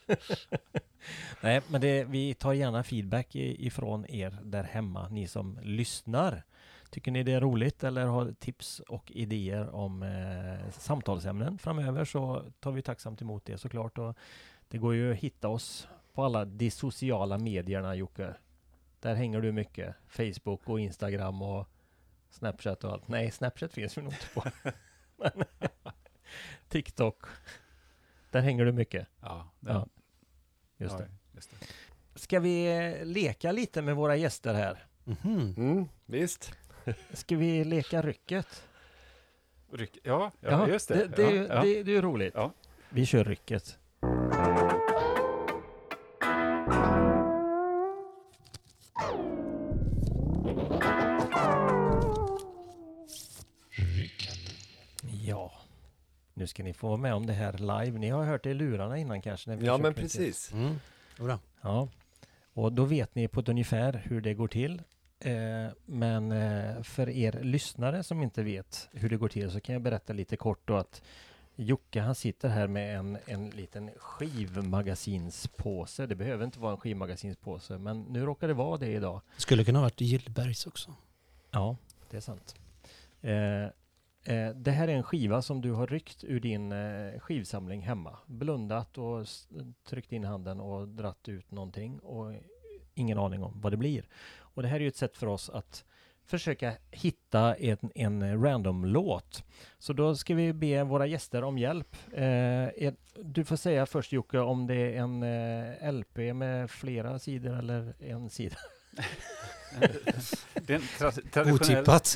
Nej, men vi tar gärna feedback ifrån er där hemma, ni som lyssnar. Tycker ni det är roligt eller har tips och idéer om samtalsämnen framöver, så tar vi tacksamt emot det såklart. Och det går ju att hitta oss på alla de sociala medierna, Jocke. Där hänger du mycket. Facebook och Instagram och Snapchat och allt. Nej, Snapchat finns ju nog inte på. Men TikTok. Där hänger du mycket. Ja, Ja, just det. Just det. Ska vi leka lite med våra gäster här? visst. Ska vi leka rycket? Ja, just det. Det är ju roligt. Ja. Vi kör rycket. Nu ska ni få vara med om det här live. Ni har hört det i lurarna innan kanske? När vi Ja, har men kört lite. precis. Bra. Ja, och då vet ni på ett ungefär hur det går till. Men för er lyssnare som inte vet hur det går till så kan jag berätta lite kort då att Jocke han sitter här med en liten skivmagasinspåse. Det behöver inte vara en skivmagasinspåse men nu råkar det vara det idag. Det skulle kunna ha varit Gillbergs också. Ja, det är sant. Det här är en skiva som du har ryckt ur din skivsamling hemma. Blundat och tryckt in handen och dratt ut någonting och ingen aning om vad det blir. Och det här är ju ett sätt för oss att försöka hitta en random-låt. Så då ska vi be våra gäster om hjälp. Du får säga först Jocke om det är en LP med flera sidor eller en sida. Det är en traditionell, Otippat.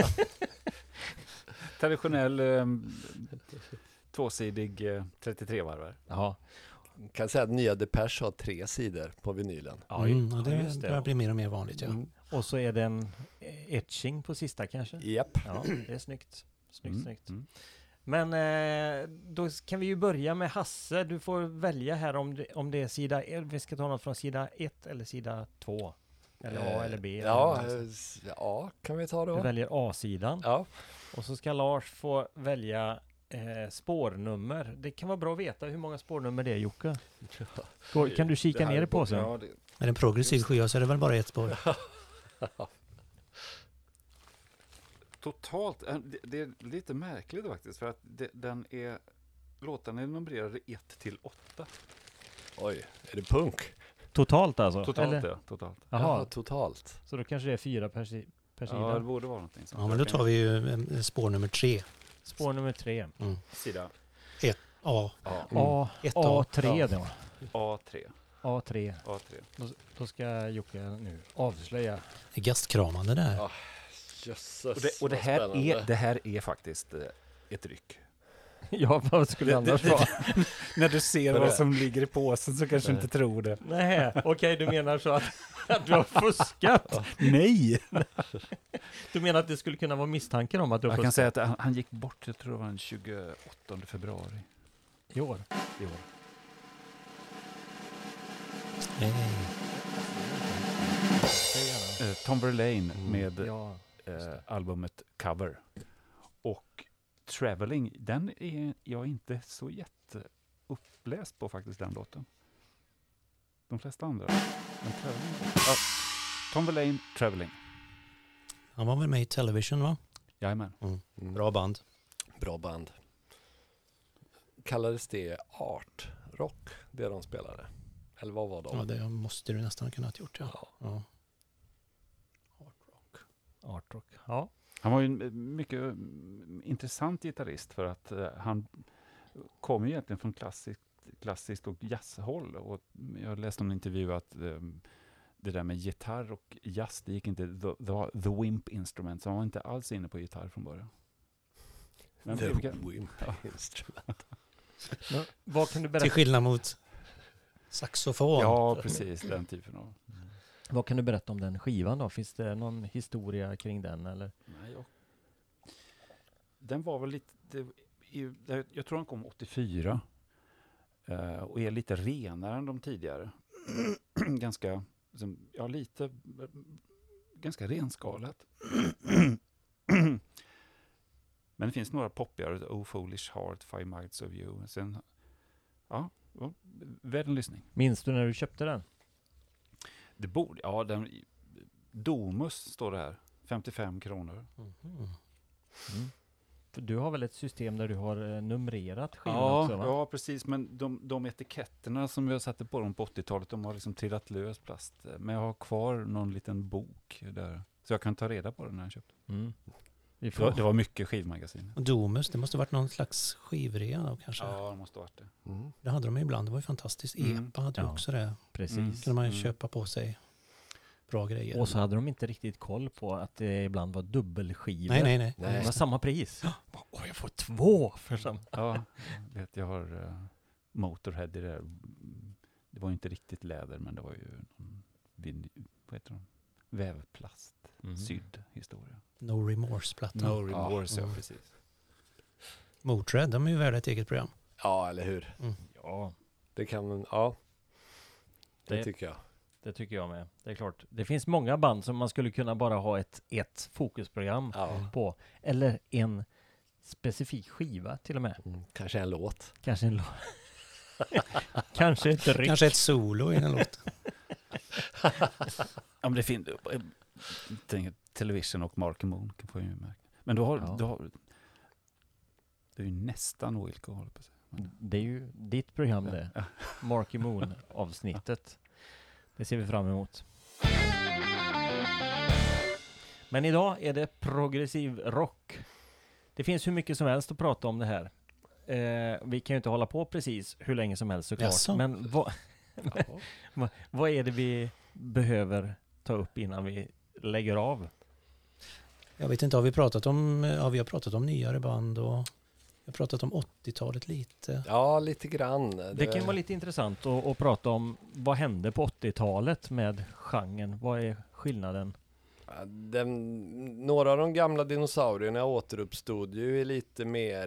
traditionell tvåsidig 33-varvare. Ja, Kan säga att nya Depeche har 3 sidor på vinylen. ja, Och det just börjar bli mer och mer vanligt. Ja. Och så är det en etching på sista kanske. Japp. Ja, det är snyggt. Snyggt. Mm. Men då kan vi ju börja med Hasse. Du får välja här om det är sida, vi ska ta något från sida 1 eller sida 2. Eller A eller B. Ja, eller ja, kan vi ta du då? väljer A-sidan. Ja. Och så ska Lars få välja spårnummer. Det kan vara bra att veta hur många spårnummer det är, Jocke. Kan du kika ner i påsen? Ja, det, Är det en progressiv skiva så är det väl bara ett spår. totalt, det är lite märkligt faktiskt för att låtarna är numrerade 1 till 8. Oj, är det punk? Totalt alltså? Totalt, Eller? ja. Totalt. Jaha, Ja, totalt. så då kanske det är 4 per sida. Ja, det borde vara någonting sånt. Ja, men då tar vi ju spår nummer 3. Spår nummer 3. Sida A. A. A3 då. A3. A3. A3. Då ska Jocke nu avslöja. Det är gastkramande där. Ja. Jösses, Och det vad här spännande. det här är faktiskt ett ryck. Ja, vad skulle det annars vara? När du ser Vad vad det? som ligger i påsen så kanske du inte tror det. Nej, okej, du menar så att du har fuskat? Nej! Du menar att det skulle kunna vara misstankar om att du har Jag kan fuskat? säga att han gick bort, jag tror det var den 28 februari I år. i år. Säg gärna. Tom Verlaine med Ja, albumet Cover. Och Traveling, den är jag inte så jätteuppläst på faktiskt, den låten. De flesta andra. Men Tom Verlaine, Traveling. Han var väl med i Television, va? Jajamän. Bra band. Bra band. Kallades det art rock, det de spelade? Eller vad var de? Ja, det måste du nästan ha kunnat gjort, ja. Ja. Art Rock. Ja. Han var ju en mycket intressant gitarrist för att han kom ju egentligen från klassiskt och jazzhåll. Och jag läste en intervju att det där med gitarr och jazz, det gick inte the Wimp Instrument, så han var inte alls inne på gitarr från början. Men The vilka- Wimp Instrument. Men, vad kan du Till berätta? skillnad mot saxofon. Ja, precis, den typen av... Vad kan du berätta om den skivan då? Finns det någon historia kring den eller? Nej, den var väl lite... Jag tror den kom 84. Och är lite renare än de tidigare. Ganska renskalat. Men det finns några poppigare. Oh Foolish Heart, 5 Miles of You. Sen, värd en lyssning. Minns du när du köpte den? Det borde, Domus står det här. 55 kronor. För du har väl ett system där du har numrerat skivan Ja, också, va? ja, precis. Men de etiketterna som jag satte på dem på 80-talet, de har liksom trillat lös plast. Men jag har kvar någon liten bok där. Så jag kan ta reda på den när jag köpte. Vi får... Det var mycket skivmagasin. Och Domus, det måste ha varit någon slags skivrea då kanske. Ja, det måste ha varit det. Det hade de ibland, det var ju fantastiskt. Epa hade ju Ja. också det. Precis. Kunde man ju köpa på sig bra grejer. Och så hade de inte riktigt koll på att det ibland var dubbelskivor. Nej. Det var samma pris. Åh, jag får 2 för samma. Ja, jag har Motorhead i det där. Det var ju inte riktigt läder, men det var ju vad heter de? Vävplast. Sydd historia. No Remorse-plattan. No Remorse, ja, precis. Motörhead, de är ju värda ett eget program. Ja, eller hur? Ja, Det kan, ja. Det Det- tycker jag. det tycker jag med. Det är klart. Det finns många band som man skulle kunna bara ha ett fokusprogram Ja. på. Eller en specifik skiva till och med. Kanske en låt. Kanske en Kanske ett ryck. Kanske ett solo i en låt. Ja, men det finns Television och Marky Moon kan få ju märka. Men du har det är ju nästan Wilco håller på att säga. Det är ju ditt program det. Ja. Marky Moon-avsnittet. Det ser vi fram emot. Men idag är det progressiv rock. Det finns hur mycket som helst att prata om det här. Vi kan ju inte hålla på precis hur länge som helst såklart. Jaså? Men vad är det vi behöver ta upp innan vi lägger av? Jag vet inte, har vi pratat om nyare band och vi har pratat om 80-talet lite. Ja, lite grann. Det kan ju vara lite intressant att prata om vad hände på 80-talet med genren. Vad är skillnaden? Ja, några av de gamla dinosaurierna återuppstod ju i lite mer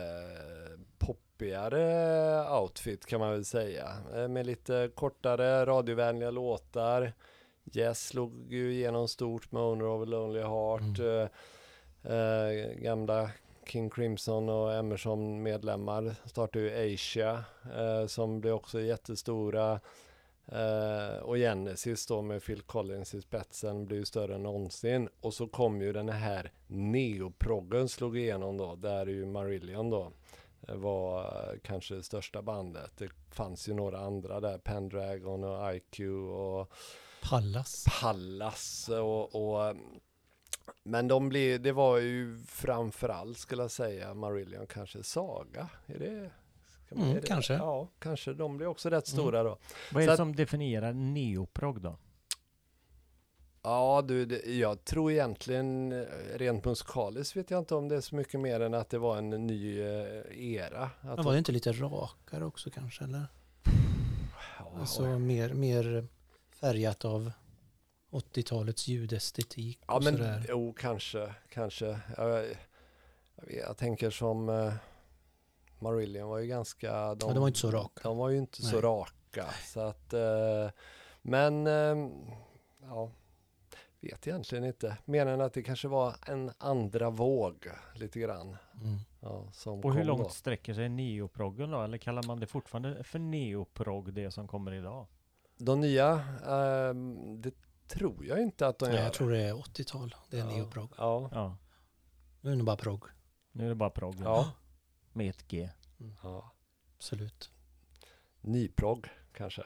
poppigare outfit kan man väl säga. Med lite kortare radiovänliga låtar. Yes slog ju igenom stort med Owner of a Lonely Heart. Gamla King Crimson och Emerson-medlemmar startade ju Asia som blev också jättestora. Och Genesis då med Phil Collins i spetsen blev ju större än någonsin. Och så kom ju den här neoproggen slog igenom då. Där ju Marillion då var kanske det största bandet. Det fanns ju några andra där. Pendragon och IQ och Pallas och men det var ju framförallt skulle jag säga Marillion kanske Saga. Är det? Kanske. Ja, kanske. De blir också rätt stora då. Vad är Så det som definierar neoprog då? Ja, jag tror egentligen rent musikaliskt vet jag inte om det är så mycket mer än att det var en ny era. Men var det inte lite rakare också kanske? Eller? Ja, Alltså mer färgat av 80-talets ljudestetik ja och men sådär. kanske. Jag tänker som Marillion var ju ganska... de var inte så raka. De var ju inte så Nej. raka. Så att, men ja, vet egentligen inte. Mer än att det kanske var en andra våg lite grann. Ja, som Och hur kom långt då. sträcker sig neoproggen då? Eller kallar man det fortfarande för neoprog det som kommer idag? De nya, det tror jag inte att de Nej, gör. jag tror det är 80-tal. Det är Ja. neoprog. Ja, Ja, Nu är det bara prog. nu är det bara prog. ja, Med ett G. ja. Absolut. Nyprog kanske.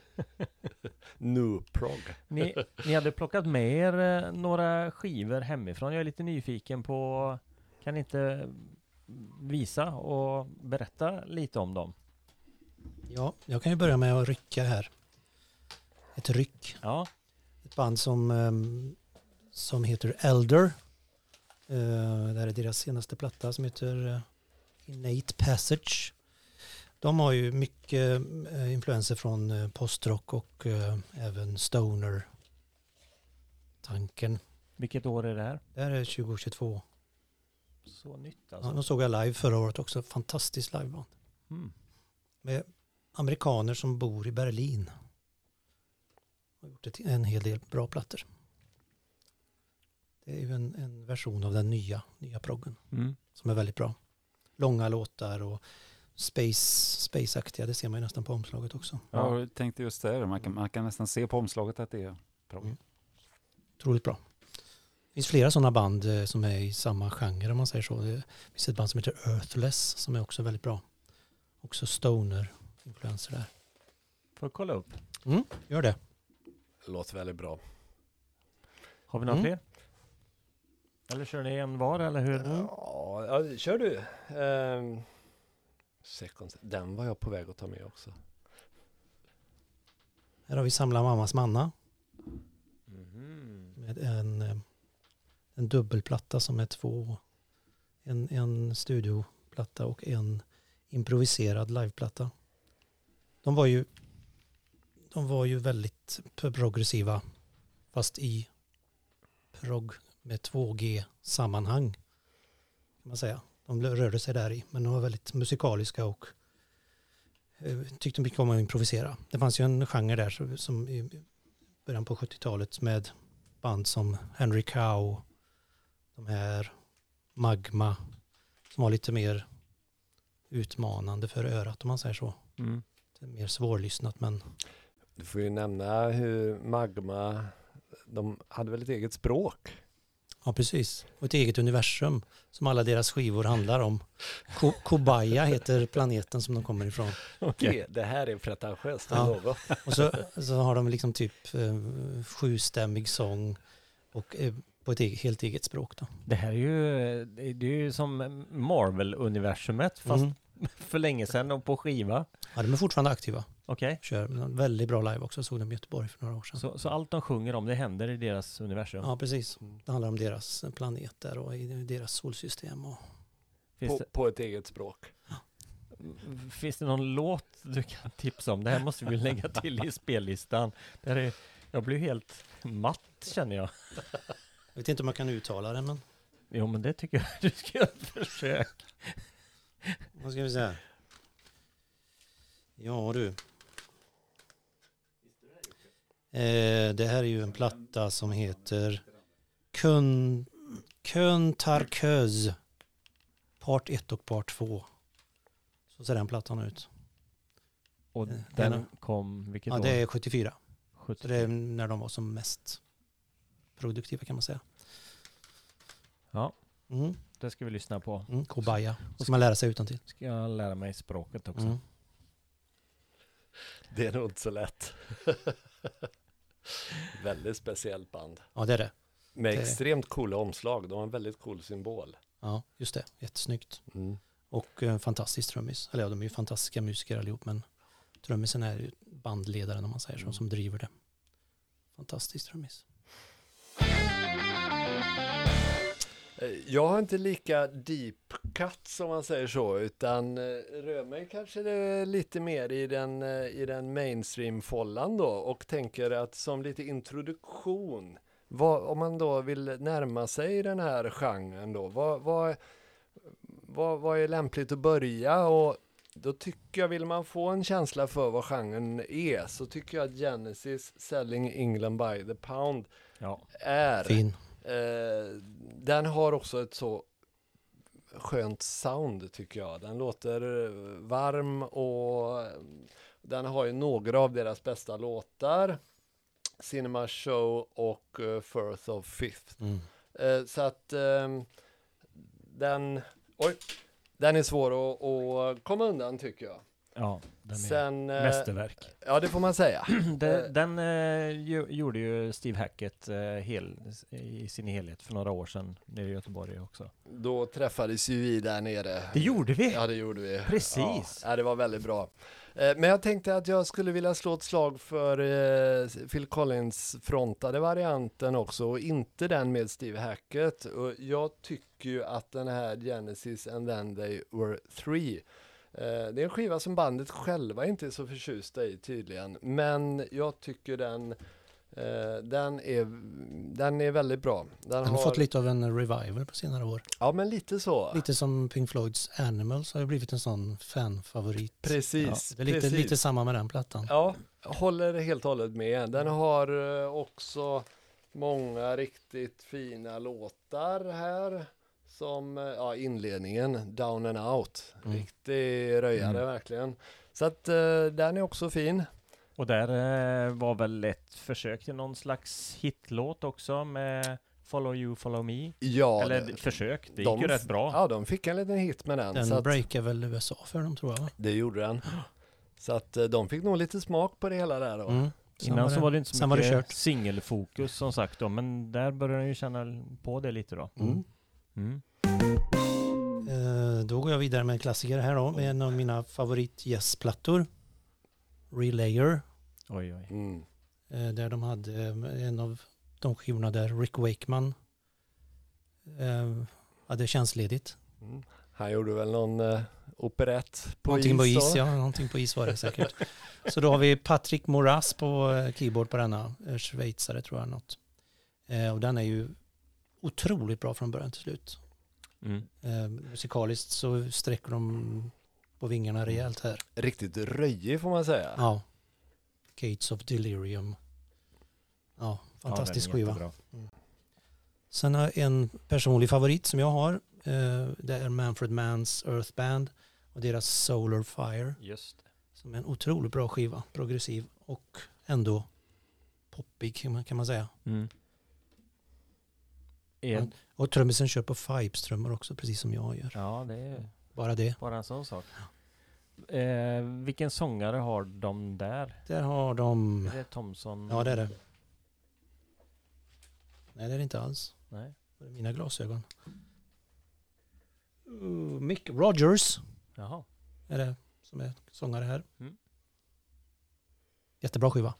Nuprog. Ni hade plockat med er några skivor hemifrån. Jag är lite nyfiken på... Kan ni inte visa och berätta lite om dem? Ja, jag kan ju börja med att rycka här. Ett ryck. Ja, Ett band som heter Elder. Det här är deras senaste platta som heter Innate Passage. De har ju mycket influenser från postrock och även stoner-tanken. vilket år är det här? Det här är 2022. Så nytt Ja, alltså. de såg jag live förra året också. Fantastiskt liveband. Mm. Med amerikaner som bor i Berlin. Har gjort en hel del bra plattor. Det är ju en version av den nya proggen Mm. som är väldigt bra. Långa låtar och space-aktiga. Det ser man ju nästan på omslaget också. Ja, jag tänkte just det. Man kan nästan se på omslaget att det är prog. Mm. Otroligt bra. Det finns flera sådana band som är i samma genre om man säger så. Det finns ett band som heter Earthless som är också väldigt bra. Också stoner-influenser där. Får jag kolla upp. Gör det. Det låter väldigt bra. Har vi några Mm. fler? Eller kör ni en var eller hur? Ja, kör du. Seconds. Den var jag på väg att ta med också. Här har vi Samla mammas manna. Mhm. Med en dubbelplatta som är en studioplatta och en improviserad liveplatta. De var ju väldigt progressiva fast i prog med 2G sammanhang kan man säga. de rörde sig där i. Men de var väldigt musikaliska och tyckte mycket om att improvisera. Det fanns ju en genre där som i början på 70-talet med band som Henry Cow, de här Magma, som var lite mer utmanande för örat om man säger så. Mm. Det är mer svårlyssnat men... Du får ju nämna hur Magma, de hade väl ett eget språk? Ja, precis. Och ett eget universum som alla deras skivor handlar om. Kobaya heter planeten som de kommer ifrån. Okay. Det här är pretentiöst. Ja. Något. Och så har de liksom typ 7-stämmig sång och på ett helt eget språk då. Det här är ju som Marvel-universumet fast för länge sedan och på skiva. Ja, de är fortfarande aktiva. Okej. Kör väldigt bra live också. Såg dem i Göteborg för några år sedan. Så allt de sjunger om, det händer i deras universum? Ja, precis. Det handlar om deras planeter och i deras solsystem. Och... På ett eget språk. Finns det någon låt du kan tipsa om? Det här måste vi lägga till i spellistan. Jag blir helt matt känner jag. Jag vet inte om jag kan uttala det, men... Jo, men det tycker jag du ska göra ett försök. Vad ska vi säga? Ja du. Det här är ju en platta som heter Kön Tarköz part 1 och part 2. Så ser den plattan ut. Och den kom, vilket år? Ja, det är 74. 74. Så det är när de var som mest produktiva kan man säga. Ja, det ska vi lyssna på. Kobaya. Och ska man lära sig utantill. Ska jag lära mig språket också. Det är nog inte så lätt. Väldigt speciellt band. Ja, det är det. Med extremt coola omslag. De har en väldigt cool symbol. Ja, just det. Jättesnyggt. Och fantastisk trummis. Eller ja, de är ju fantastiska musiker allihop, men trummisen är ju bandledaren om man säger så, som driver det. Fantastisk trummis. Jag har inte lika deep cut som man säger så, utan rör mig kanske lite mer i den mainstream-follan då och tänker att som lite introduktion, om man då vill närma sig den här genren då, vad är lämpligt att börja? Och då tycker jag, vill man få en känsla för vad genren är, så tycker jag att Genesis Selling England by the Pound är fin. Den har också ett så skönt sound tycker jag. Den låter varm och den har ju några av deras bästa låtar. Cinema Show och Firth of Fifth. Så att den är svår att komma undan tycker jag. Ja, den är mästerverk. Ja, det får man säga. Den gjorde ju Steve Hackett i sin helhet för några år sedan nere i Göteborg också. Då träffades ju vi där nere. Det gjorde vi! Ja, det gjorde vi. Precis! Ja, det var väldigt bra. Men jag tänkte att jag skulle vilja slå ett slag för Phil Collins frontade varianten också och inte den med Steve Hackett. Och jag tycker ju att den här Genesis and then they were three, det är en skiva som bandet själva inte är så förtjusta i tydligen, men jag tycker den är väldigt bra. Den har fått lite av en revival på senare år. Ja, men lite så. Lite som Pink Floyds Animals har ju blivit en sån fanfavorit. Precis. Ja, det är lite samma med den plattan. Ja, håller helt och hållet med. Den har också många riktigt fina låtar här. Som inledningen, Down and Out. Riktig röjare verkligen. Så att den är också fin. Och där var väl ett försök till någon slags hitlåt också med Follow You, Follow Me. Ja. Eller försök, det gick ju rätt bra. Ja, de fick en liten hit med den. Den breakade väl USA för dem tror jag. Det gjorde den. Så att de fick nog lite smak på det hela där då. Innan så var det inte så mycket singelfokus som sagt då, men där började den ju känna på det lite då. Då går jag vidare med en klassiker här då, med en av mina favorit-jazzplattor, Relayer. Oj. Där de hade en av de skivorna där Rick Wakeman hade tjänstledigt. Han gjorde väl någon operett på någonting is. På is ja, någonting på is var det säkert. Så då har vi Patrick Moraz på keyboard på denna, schweizare tror jag något. Och den är ju otroligt bra från början till slut. Musikaliskt så sträcker de på vingarna rejält här. Riktigt röjig får man säga. Ja. Gates of Delirium. Ja, fantastisk skiva. Jättebra. Sen har en personlig favorit som jag har. Det är Manfred Manns Earth Band och deras Solar Fire. Just det. Som är en otroligt bra skiva. Progressiv och ändå poppig kan man säga. Och trummisen kör på Fibeströmmar också, precis som jag gör. Ja, det är Bara det. bara en sån sak. Vilken sångare har de där? Där har de... Är det Thomson? Ja, det är det. Nej, det är det inte alls. Nej. Det är mina glasögon. Mick Rogers Jaha. är det som är sångare här. Mm. Jättebra skiva.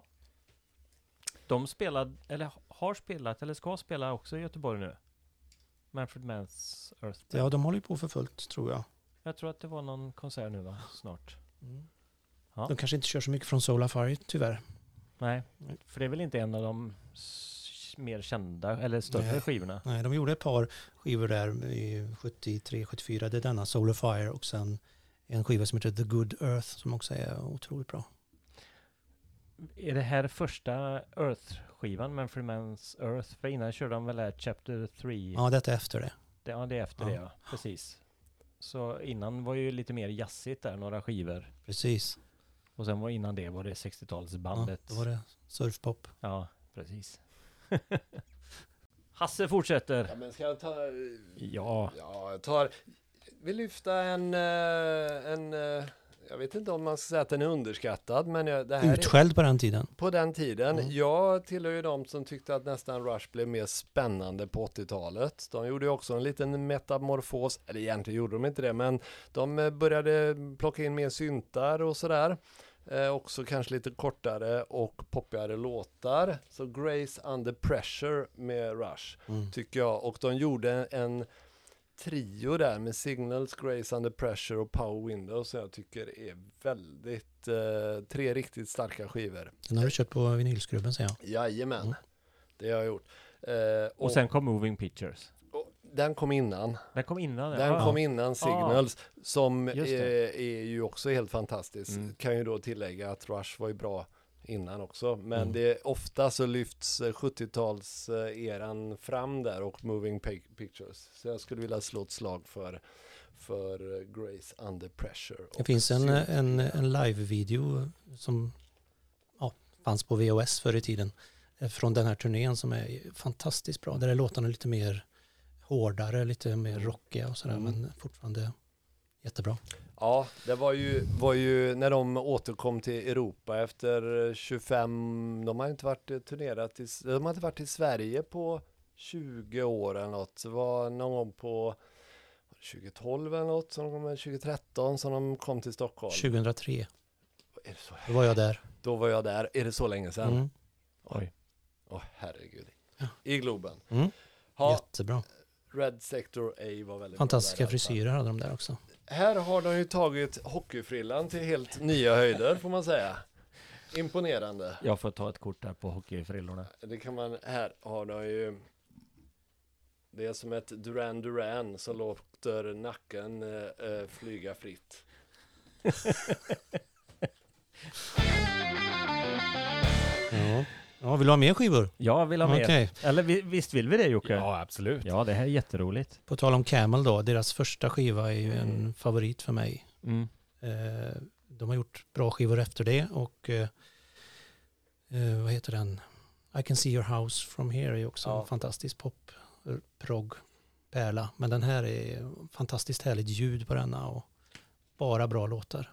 De spelade, eller har spelat, eller ska spela också i Göteborg nu. Manfred Manns Earth Band. Ja, de håller ju på för fullt, tror jag. Jag tror att det var någon konsert nu, va? Snart. Ja. De kanske inte kör så mycket från Solar Fire, tyvärr. Nej, för det är väl inte en av de mer kända eller större Nej. skivorna. Nej, de gjorde ett par skivor där i 73-74. Det är denna Solar Fire och sen en skiva som heter The Good Earth som också är otroligt bra. Är det här första Earth-skivan, Manfred Manns Earth? För innan körde de väl här Chapter 3? Ja, detta är efter det. Ja, det är efter det, ja. Precis. Så innan var ju lite mer jazzigt där, några skivor. Precis. Och sen var innan det var det 60-talsbandet. Ja, då var det surfpop. Ja, precis. Hasse fortsätter. Ja, men ska jag ta... Ja. Ja, jag tar... Vi lyfta en jag vet inte om man ska säga att den är underskattad, men det här Utskälld på den tiden. på den tiden. Mm. Jag tillhör ju de som tyckte att nästan Rush blev mer spännande på 80-talet. De gjorde ju också en liten metamorfos, eller egentligen gjorde de inte det, men de började plocka in mer syntar och sådär. Också kanske lite kortare och poppigare låtar. Så Grace Under Pressure med Rush tycker jag. Och de gjorde en trio där med Signals, Grace Under Pressure och Power Windows som jag tycker är väldigt, 3 riktigt starka skivor. Den har du kört på vinylskrubben, säger jag. Jajamän, det har jag gjort. Och sen kom Moving Pictures. Den kom innan. Den kom innan? Den kom innan Signals som Just det. är ju också helt fantastisk. Kan ju då tillägga att Rush var ju bra innan också. Men det ofta så lyfts 70-tals-eran fram där och Moving Pictures. Så jag skulle vilja slå ett slag för Grace Under Pressure. Det finns en live-video som fanns på VHS förr i tiden från den här turnén som är fantastiskt bra. Där är låtarna lite mer hårdare, lite mer rockiga och sådär, men fortfarande jättebra. Ja, det var ju när de återkom till Europa efter 25, de har inte varit i Sverige på 20 år eller något. Det var någon gång på 2012 eller något, som de kom med 2013 som de kom till Stockholm. 2003. Är det så? Då var jag där. Då var jag där. Är det så länge sedan? Oj. Herregud. Ja. I Globen. Ja, jättebra. Red Sector A var väldigt Fantastiska bra. frisyrer hade de där också. Här har de ju tagit hockeyfrillan till helt nya höjder får man säga. Imponerande. Jag får ta ett kort där på hockeyfrillorna. Det kan man, här har de ju, det är som ett Duran Duran så låter nacken flyga fritt. Ja, vill du ha mer skivor? Jag vill ha mer. Okej. Eller visst vill vi det, Jocke? Ja, absolut. Ja, det här är jätteroligt. På tal om Camel då, deras första skiva är ju en favorit för mig. De har gjort bra skivor efter det och vad heter den? I Can See Your House From Here är ju också en fantastisk pop, prog, pärla. Men den här är fantastiskt härligt ljud på denna och bara bra låtar.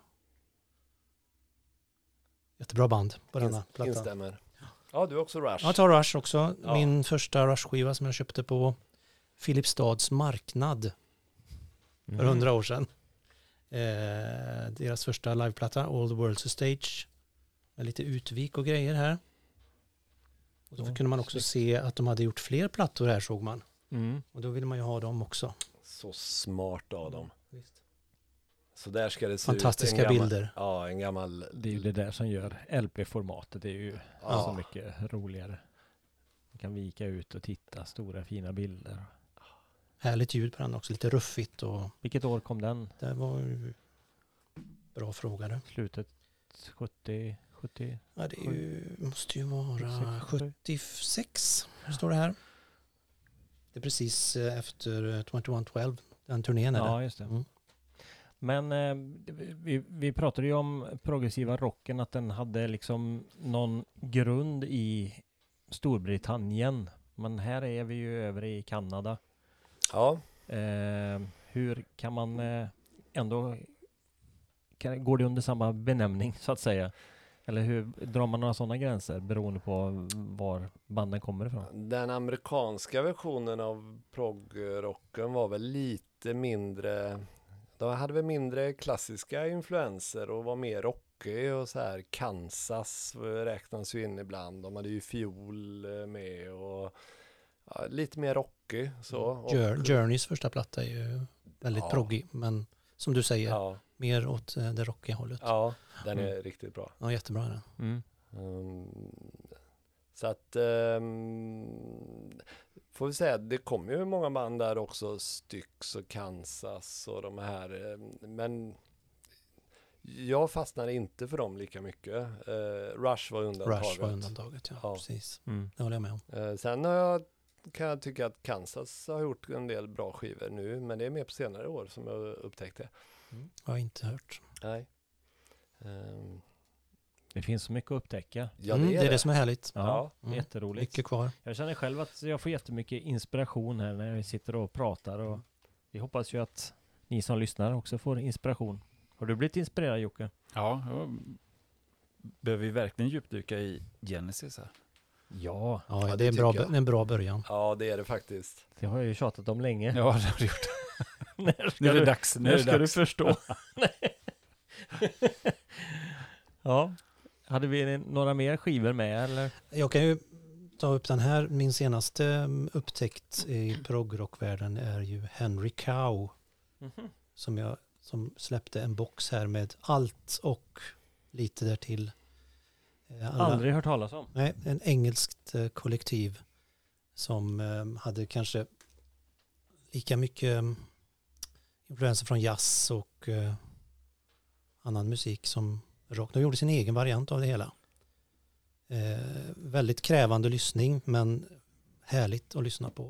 Jättebra band på denna platta. Instämmer. Ja, du är också Rush. Jag tar Rush också. Ja. Min första Rush-skiva som jag köpte på Filipstads marknad för 100 år sedan. Deras första liveplatta, All the World's a Stage. Med lite utvik och grejer här. Och då kunde man också se att de hade gjort fler plattor här, såg man. Och då ville man ju ha dem också. Så smart av dem. Visst. Så där ska det se Fantastiska ut. En gammal, bilder. Ja, en gammal... Det är ju det där som gör LP-formatet. Det är ju så mycket roligare. Man kan vika ut och titta, stora fina bilder. Härligt ljud på den också, lite ruffigt och Vilket år kom den? det var ju bra frågare. Slutet 70? Ja, det är ju, måste ju vara 76. 76 står det här. Det är precis efter 2112, den turnén är det. Ja, just det. Mm. Men vi pratade ju om progressiva rocken, att den hade liksom någon grund i Storbritannien. Men här är vi ju över i Kanada. Ja, Hur kan man ändå... går det under samma benämning så att säga? Eller hur drar man några sådana gränser beroende på var banden kommer ifrån? den amerikanska versionen av proggrocken var väl lite mindre, de hade väl mindre klassiska influenser och var mer rockig och så här. Kansas räknas ju in ibland, de hade ju fiol med och ja, lite mer rockig så. Och, Journeys första platta är ju väldigt proggig, men som du säger, ja, mer åt det rockiga hållet. ja, den är riktigt bra. Ja, jättebra den. Mm. Så att får vi säga, det kommer ju många band där också, Styx och Kansas och de här, men jag fastnade inte för dem lika mycket. Rush var undantaget. Rush var undantaget, ja. Precis. Mm. Det håller jag med om. Sen kan jag tycka att Kansas har gjort en del bra skivor nu, men det är mer på senare år som jag upptäckte. Jag har inte hört. Nej. Det finns så mycket att upptäcka. Ja, det är det som är härligt. Ja, Mm. jätteroligt. Mycket kvar. Jag känner själv att jag får jättemycket inspiration här när vi sitter och pratar, och vi hoppas ju att ni som lyssnar också får inspiration. Har du blivit inspirerad, Jocke? Ja, jag behöver vi verkligen djupdyka i Genesis här. Ja, Ja, Ja, det är det tycker jag. en bra början. Ja, det är det faktiskt. det har jag ju tjatat om länge. Ja, det har du gjort. När ska Nu är det du- dags. Nu är När det ska du dags. förstå? Ja, hade vi några mer skivor med eller? Jag kan ju ta upp den här. Min senaste upptäckt i proggrockvärlden är ju Henry Cow, som släppte en box här med allt och lite därtill. Aldrig hört talas om. Nej, en engelskt kollektiv som hade kanske lika mycket influenser från jazz och annan musik som rock. De gjorde sin egen variant av det hela. Väldigt krävande lyssning, men härligt att lyssna på.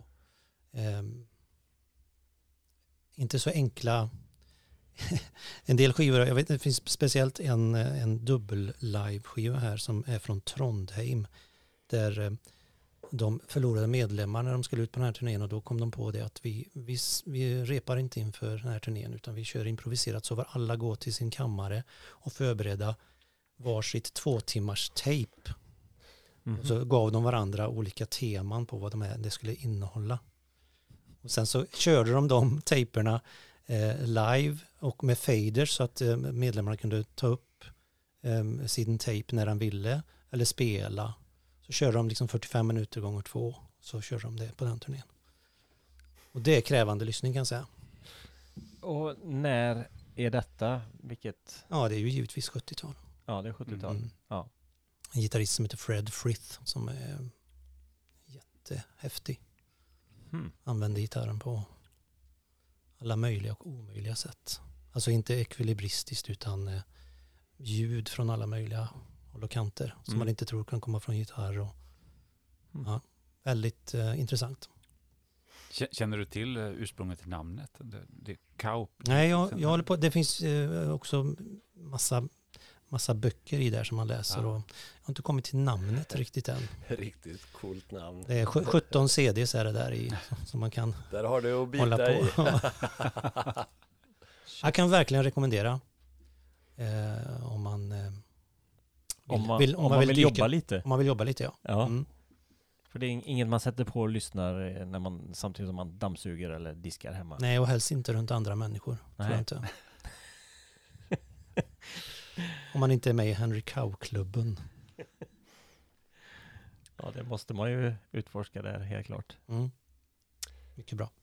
Inte så enkla. En del skivor, jag vet det finns speciellt en dubbel live-skiva här som är från Trondheim, där de förlorade medlemmar när de skulle ut på den här turnén, och då kom de på det att vi repar inte inför den här turnén utan vi kör improviserat, så var alla gå till sin kammare och förbereda varsitt 2 timmars tejp. Och så gav de varandra olika teman på vad det skulle innehålla. Och sen så körde de tejperna live och med faders så att medlemmarna kunde ta upp sin tejp när de ville eller spela. Så körde de liksom 45 minuter gånger 2, så körde de det på den turnén. Och det är krävande lyssning kan jag säga. Och när är detta? Vilket? Ja, det är ju givetvis 70-tal. Ja, det är 70-tal. Mm. Ja. En gitarrist som heter Fred Frith som är jättehäftig. Använder gitarren på alla möjliga och omöjliga sätt. Alltså inte ekvilibristiskt utan ljud från alla möjliga håll och kanter som man inte tror kan komma från gitarr. Och, ja, väldigt intressant. Känner du till ursprunget till namnet? Det är Kaup. Nej, jag håller på. Det finns också massa böcker i där som man läser, och jag har inte kommit till namnet riktigt än. Riktigt coolt namn. Det är 17 CDs är det där i som man kan Där har du att hålla bita i. på. Jag kan verkligen rekommendera om man vill jobba lite. Om man vill jobba lite, ja. Ja. För det är inget man sätter på och lyssnar när man, samtidigt som man dammsuger eller diskar hemma. Nej, och helst inte runt andra människor. Tror jag inte. Om man inte är med i Henry Cow-klubben. Ja, det måste man ju utforska där, helt klart. Mycket bra.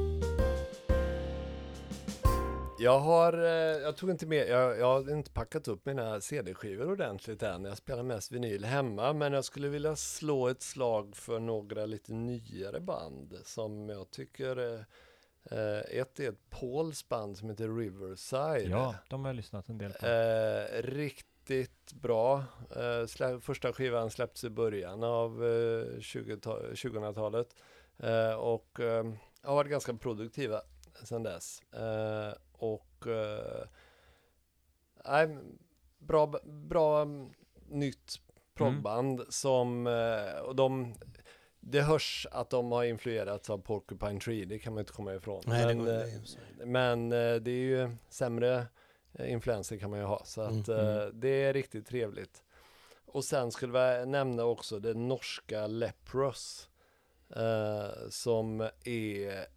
Jag tog inte med, jag har inte packat upp mina CD-skivor ordentligt än. Jag spelar mest vinyl hemma, men jag skulle vilja slå ett slag för några lite nyare band som jag tycker Ett är ett Pauls band som heter Riverside. Ja, de har jag lyssnat en del på. Riktigt bra. Första skivan släpptes i början av 2000-talet. Och har varit ganska produktiva sedan dess. Bra nytt proggband som och det hörs att de har influerats av Porcupine Tree, det kan man inte komma ifrån. Nej, men det är ju sämre influenser kan man ju ha, så att det är riktigt trevligt. Och sen skulle jag nämna också det norska Leprous som är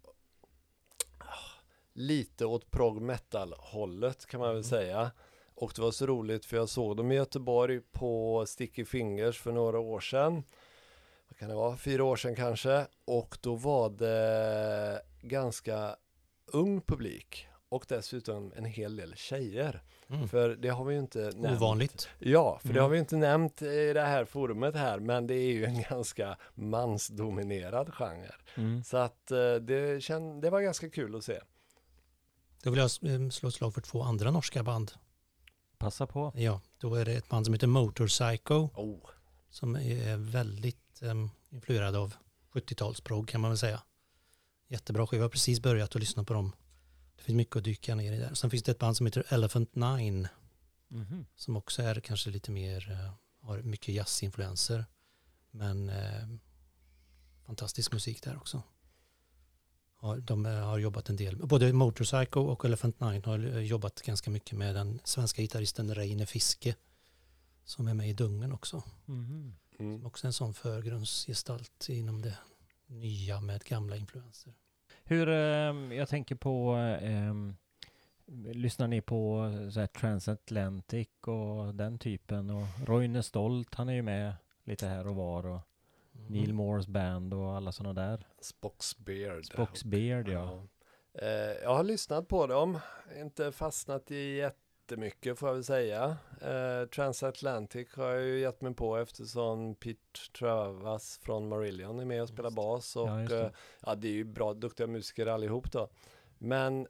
lite åt prog metal hållet kan man väl säga. Och det var så roligt för jag såg dem i Göteborg på Sticky Fingers för några år sedan. Vad kan det vara? 4 år sedan kanske. Och då var det ganska ung publik. Och dessutom en hel del tjejer. För det har vi ju inte nämnt. Ovanligt. Ja, för det har vi inte nämnt i det här forumet här. Men det är ju en ganska mansdominerad genre. Så att det var ganska kul att se. Då vill jag slå ett slag för 2 andra norska band. Passa på. Ja, då är det ett band som heter Motorpsycho. Som är väldigt influerad av 70-talsprog kan man väl säga. Jättebra skiva. Jag har precis börjat att lyssna på dem. Det finns mycket att dyka ner i där. Sen finns det ett band som heter Elephant Nine. Som också är kanske lite mer, har mycket jazzinfluenser. Men fantastisk musik där också. De har jobbat en del. Både Motorpsycho och Elephant Nine har jobbat ganska mycket med den svenska gitarristen Reine Fiske. Som är med i Dungen också. Som också är en sån förgrundsgestalt inom det nya med gamla influenser. Jag tänker på, lyssnar ni på så här Transatlantic och den typen? Och Roine Stolt, han är ju med lite här och var. Och Neil Moores band och alla sådana där. Spock's Beard, ja. Jag har lyssnat på dem. Inte fastnat i jättemycket får jag väl säga. Transatlantic har jag ju gett mig på eftersom Pete Travas från Marillion är med och spelar bas. Och det är ju bra, duktiga musiker allihop då. Men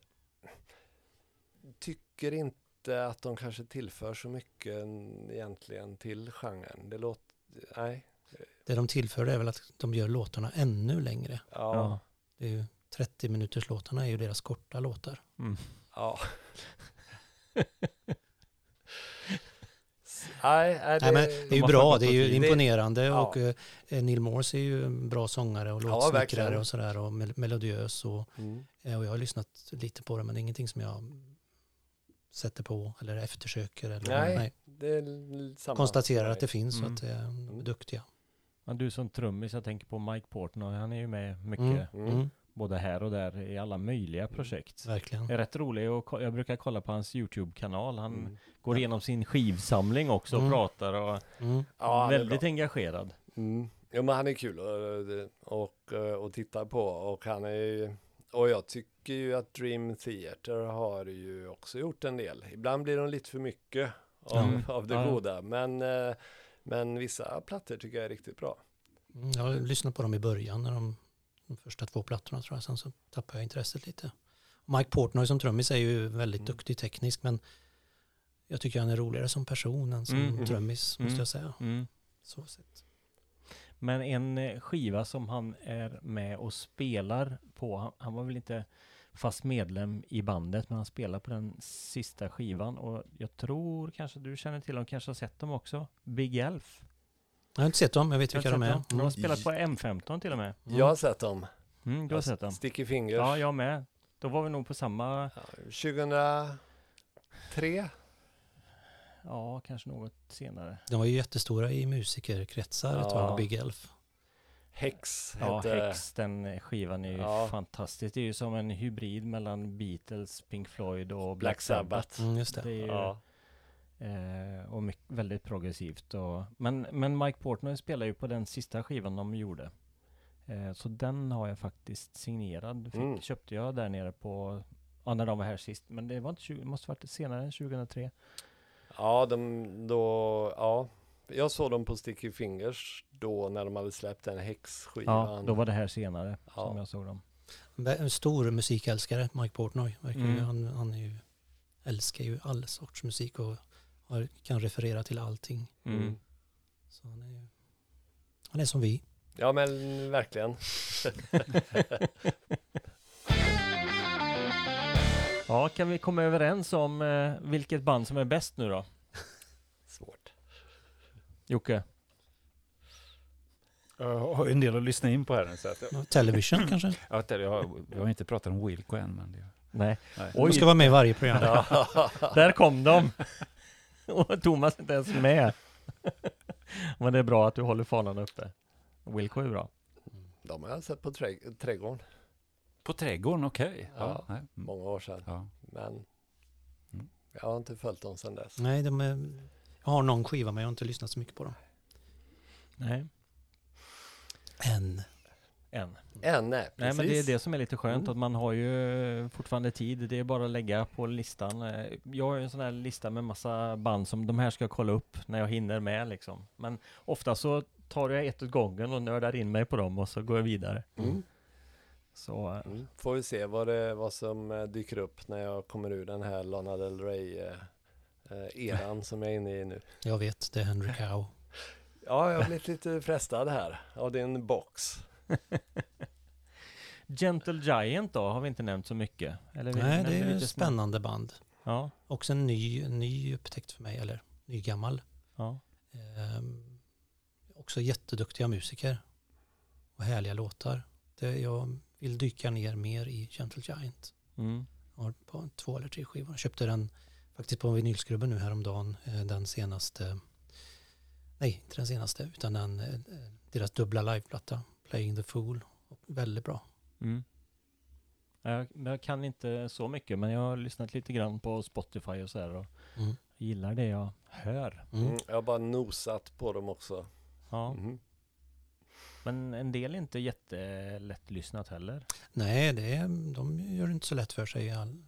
tycker inte att de kanske tillför så mycket egentligen till genren. Nej. Det de tillför är väl att de gör låtarna ännu längre. Ja. Det är ju 30 minuters låtarna är ju deras korta låtar. Ja. Men det är ju bra, det är ju imponerande och Neil Morse är ju en bra sångare och låtsnickrare och sådär och melodiös och jag har lyssnat lite på det men det är ingenting som jag sätter på eller eftersöker eller nej. Det är samma. Konstaterar att det finns och att de är duktiga. Men du som trummis, jag tänker på Mike Portnoy, han är ju med mycket både här och där i alla möjliga projekt. Verkligen. Det är rätt roligt och jag brukar kolla på hans YouTube-kanal. Han går igenom sin skivsamling också och pratar och väldigt engagerad. Ja, men han är kul och titta på och han är och jag tycker ju att Dream Theater har ju också gjort en del. Ibland blir de lite för mycket av det goda, men vissa plattor tycker jag är riktigt bra. Jag har lyssnat på dem i början när de första 2 plattorna tror jag, sen så tappade jag intresset lite. Mike Portnoy som trummis är ju väldigt duktig teknisk, men jag tycker han är roligare som person än som trummis, måste jag säga. Så sett. Men en skiva som han är med och spelar på, han var väl inte fast medlem i bandet, men han spelar på den sista skivan och jag tror kanske du känner till dem, kanske har sett dem också. Big Elf. Jag har inte sett dem, jag vet vilka de är. De har spelat på M15 till och med. Jag har sett dem. Du har sett dem. Sticky Fingers. Ja, jag med. Då var vi nog på samma... 2003? Ja, kanske något senare. De var ju jättestora i musikerkretsar ett tag, Big Elf. Hex. Hex, den skivan är ju fantastisk. Det är ju som en hybrid mellan Beatles, Pink Floyd och Black Sabbath. Just det. Det är ju, och väldigt progressivt. Men Mike Portnoy spelar ju på den sista skivan de gjorde. Så den har jag faktiskt signerad. Köpte jag där nere på när de var här sist. Men det var inte måste varit senare än 2003. Jag såg dem på Sticky Fingers då när de hade släppt en Hex-skivan. Ja, då var det här senare som jag såg dem. En stor musikälskare, Mike Portnoy. Mm. Han är ju, älskar ju all sorts musik och kan referera till allting. Mm. Så han är som vi. Ja, men verkligen. Ja, kan vi komma överens om vilket band som är bäst nu då? Svårt. Jocke? Jag har ju en del att lyssna in på här nu. Så att Television kanske? vi har inte pratat om Wilco än. Men det, Nej. nej. De ska vara med i varje program. Där kom de! Och Thomas är inte ens med. Men det är bra att du håller fanan uppe. Wilco är bra. De har jag sett på trädgården. På trädgården, okej. Ja. Nej. Många år sedan. Ja. Men Mm. jag har inte följt dem sedan dess. Nej, jag har någon skiva men jag har inte lyssnat så mycket på dem. Nej. Än. En. Nej, Nej, precis. men det är det som är lite skönt, Mm. att man har ju fortfarande tid. Det är bara att lägga på listan. Jag har ju en sån här lista med massa band som de här ska jag kolla upp när jag hinner med liksom. Men ofta så tar jag ett åt gången och nördar in mig på dem och så går jag vidare. Mm. Så Mm. Får vi se vad som dyker upp när jag kommer ur den här Lana Del Rey-eran som jag är inne i nu. Jag vet, det är Henry Cow. Ja, jag har blivit lite frestad här av din box. Gentle Giant då har vi inte nämnt så mycket. Eller vi Nej, nämnde det är ju lite ett snabbt. spännande band. Ja, Också en ny upptäckt för mig, eller ny gammal. ja. Också jätteduktiga musiker och härliga låtar. Jag vill dyka ner mer i Gentle Giant. Mm. Jag har på 2 eller 3 skivor. Jag köpte den faktiskt på vinylskrubben nu häromdagen. Den senaste, nej inte den senaste, utan deras dubbla liveplatta, Playing the Fool. Väldigt bra. Mm. Jag kan inte så mycket, men jag har lyssnat lite grann på Spotify och så här och Mm. gillar det jag hör. Jag har bara nosat på dem också. Ja. Mhm. Men en del är inte jättelätt lyssnat heller. Nej, de gör det inte så lätt för sig.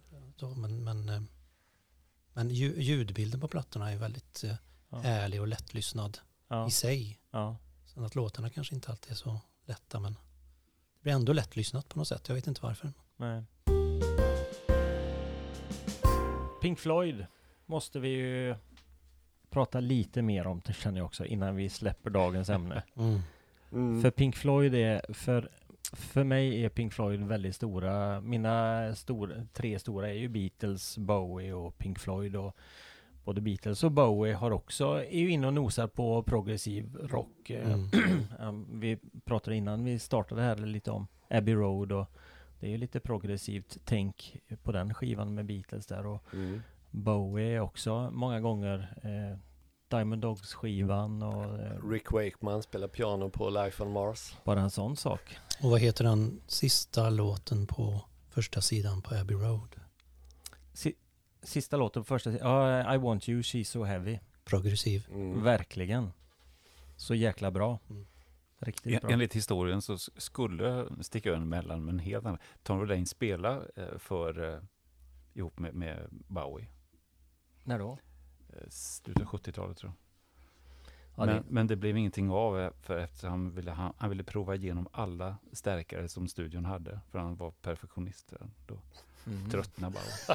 Men ljudbilden på plattorna är väldigt härlig och lättlyssnad Ja. i sig. Ja. Sen att låtarna kanske inte alltid är så lätta, men det blir ändå lättlyssnat på något sätt. Jag vet inte varför. Nej. Pink Floyd måste vi ju prata lite mer om, det känner jag också, innan vi släpper dagens ämne. Mm. För Pink Floyd är, för mig är Pink Floyd väldigt stora. Mina 3 stora är ju Beatles, Bowie och Pink Floyd. Och både Beatles och Bowie är ju inne och nosar på progressiv rock. Vi pratade innan vi startade här lite om Abbey Road, och det är ju lite progressivt tänk på den skivan med Beatles där. Och Mm. Bowie är också många gånger Diamond Dogs-skivan och Rick Wakeman spelar piano på Life on Mars. bara en sån sak. Och vad heter den sista låten på första sidan på Abbey Road? Sista låten på första sidan, I Want You, She's So Heavy. Progressiv. Mm. Verkligen. Så jäkla bra. Mm. Riktigt bra. Enligt historien så skulle Stick Ön mellan, men helt annat. Tom Verlaine spela ihop med Bowie. När då? Slutet av 70-talet tror jag. Ja, Men det blev ingenting av, för efter han ville prova igenom alla stärkare som studion hade, för han var perfektionist. Då tröttnade Bowie.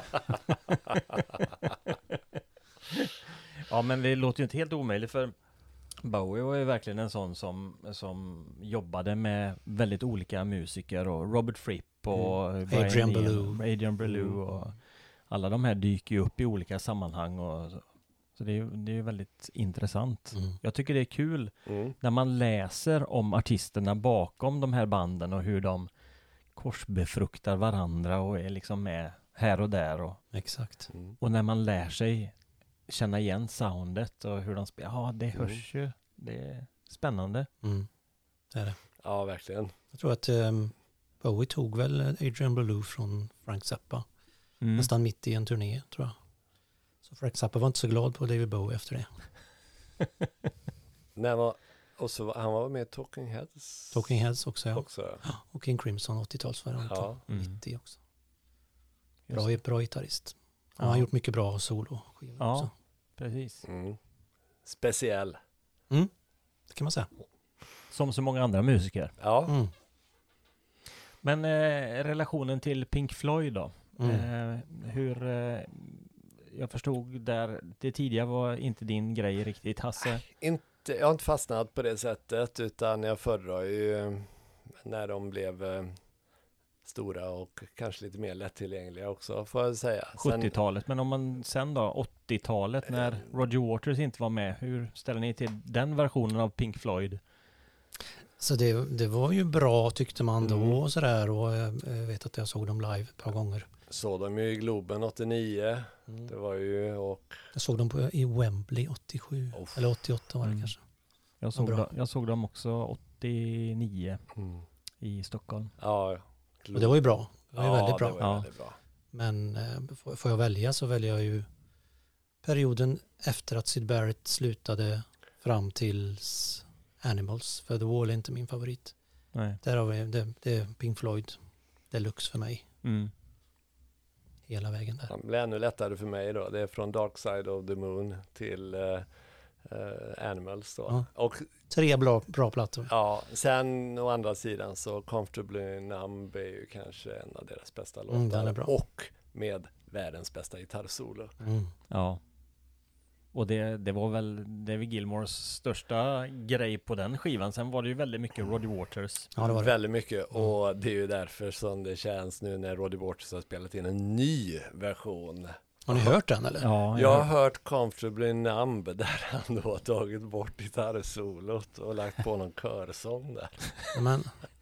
Ja, men det låter ju inte helt omöjligt, för Bowie var ju verkligen en sån som jobbade med väldigt olika musiker, och Robert Fripp och Adrian Belew och alla de här dyker ju upp i olika sammanhang, och så det är ju väldigt intressant. Jag tycker det är kul när man läser om artisterna bakom de här banden och hur de korsbefruktar varandra och är liksom med här och där, Exakt. och när man lär sig känna igen soundet och hur de spelar. Ja, det hörs ju. Det är spännande. Det är det. Ja, verkligen. Jag tror att Bowie tog väl Adrian Belew från Frank Zappa. Nästan mitt i en turné, tror jag. Så Frank Zappa var inte så glad på David Bowie efter det. Och så han var med i Talking Heads. Talking Heads också, ja. Också. Och King Crimson 80-talsvariant. Ja. 90 också. Just Bra gitarrist. Ja. Han har gjort mycket bra soloskivor Ja. också. Precis. Speciell. Det kan man säga. Som så många andra musiker. Ja. Men relationen till Pink Floyd då? Hur... jag förstod där, det tidiga var inte din grej riktigt, Hasse. Jag har inte fastnat på det sättet, utan jag föredrar ju när de blev stora och kanske lite mer lättillgängliga också, får jag säga. 70-talet, men om man sen då, 80-talet, när Roger Waters inte var med, hur ställer ni till den versionen av Pink Floyd? Så det var ju bra tyckte man då och sådär, och jag vet att jag såg dem live ett par gånger. Så de ju i Globen 89, det var ju, och... Jag såg dem i Wembley 87, eller 88 var det kanske. Jag såg dem också 89 i Stockholm. Ja. Och det var ju bra. Det var ju väldigt bra. Det var väldigt bra. Men får jag välja så väljer jag ju perioden efter att Syd Barrett slutade fram tills Animals. För The Wall är inte min favorit. Nej. Där har vi, det är Pink Floyd deluxe för mig. Mm. Hela vägen där. Det blir ännu lättare för mig då. Det är från Dark Side of the Moon till Animals då. Ja. Och 3 bra plattor. ja, sen å andra sidan så Comfortably Numb är ju kanske en av deras bästa låtar. Den är bra. Och med världens bästa gitarrsolo. Ja. Och det var väl David Gilmours största grej på den skivan. Sen var det ju väldigt mycket Roger Waters. Ja, det var det. Väldigt mycket. Och det är ju därför som det känns nu när Roger Waters har spelat in en ny version. Har ni hört den eller? Ja, Jag har hört Comfortably Numb där han då har tagit bort gitarrsolot och lagt på någon körsång där. Men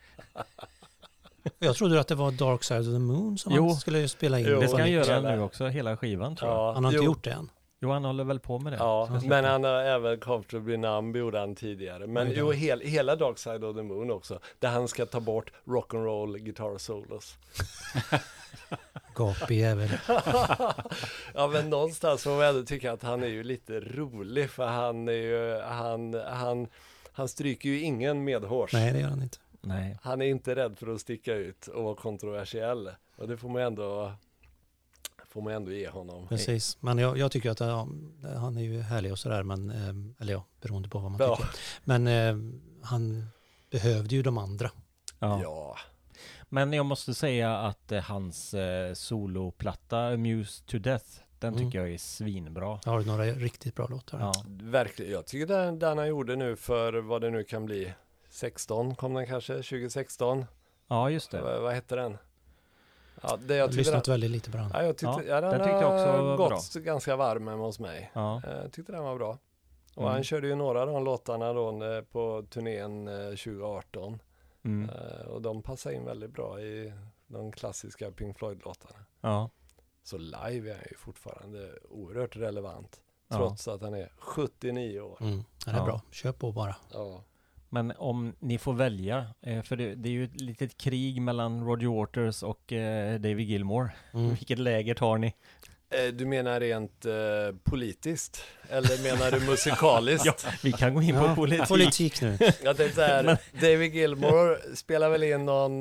jag trodde att det var Dark Side of the Moon som han skulle spela in. Det ska han göra hela. nu också, hela skivan tror jag. Ja, Han har inte gjort det än. Jo, han håller väl på med det. Ja, men han har även Comfortably Numb gjorde han tidigare. Men jo, hela Dark Side of the Moon också. Där han ska ta bort rock'n'roll guitar solos. Gapig jävel. Ja, men någonstans får man ändå tycka att han är ju lite rolig. För han är ju, han stryker ju ingen medhårs. Nej, det gör han inte. Nej. Han är inte rädd för att sticka ut och vara kontroversiell. Och det får man ändå ge honom. Precis, men jag tycker att han är ju härlig och sådär, men eller ja, beroende på vad man tycker. Men han behövde ju de andra. Ja. Men jag måste säga att hans soloplatta Amused to Death, den tycker jag är svinbra. Jag har några riktigt bra låtar. Ja. Verkligen, jag tycker den han gjorde nu för vad det nu kan bli 16 kom den kanske, 2016. Ja, just det. Vad heter den? Ja, jag har lyssnat väldigt lite på den. Ja, jag tyckte, den tyckte jag också var gått bra. ganska varm hemma hos mig. Ja. Jag tyckte den var bra. Och han körde ju några av de låtarna då på turnén 2018. Och de passar in väldigt bra i de klassiska Pink Floyd-låtarna. Ja. Så live är han ju fortfarande oerhört relevant. Trots att han är 79 år. Det är bra. Kör på bara. Ja. Men om ni får välja, för det är ju ett litet krig mellan Roger Waters och David Gilmour. Vilket läger tar ni? Du menar rent politiskt? Eller menar du musikaliskt? Ja, vi kan gå in på politik nu. Jag tänkte så här, David Gilmour spelar väl in någon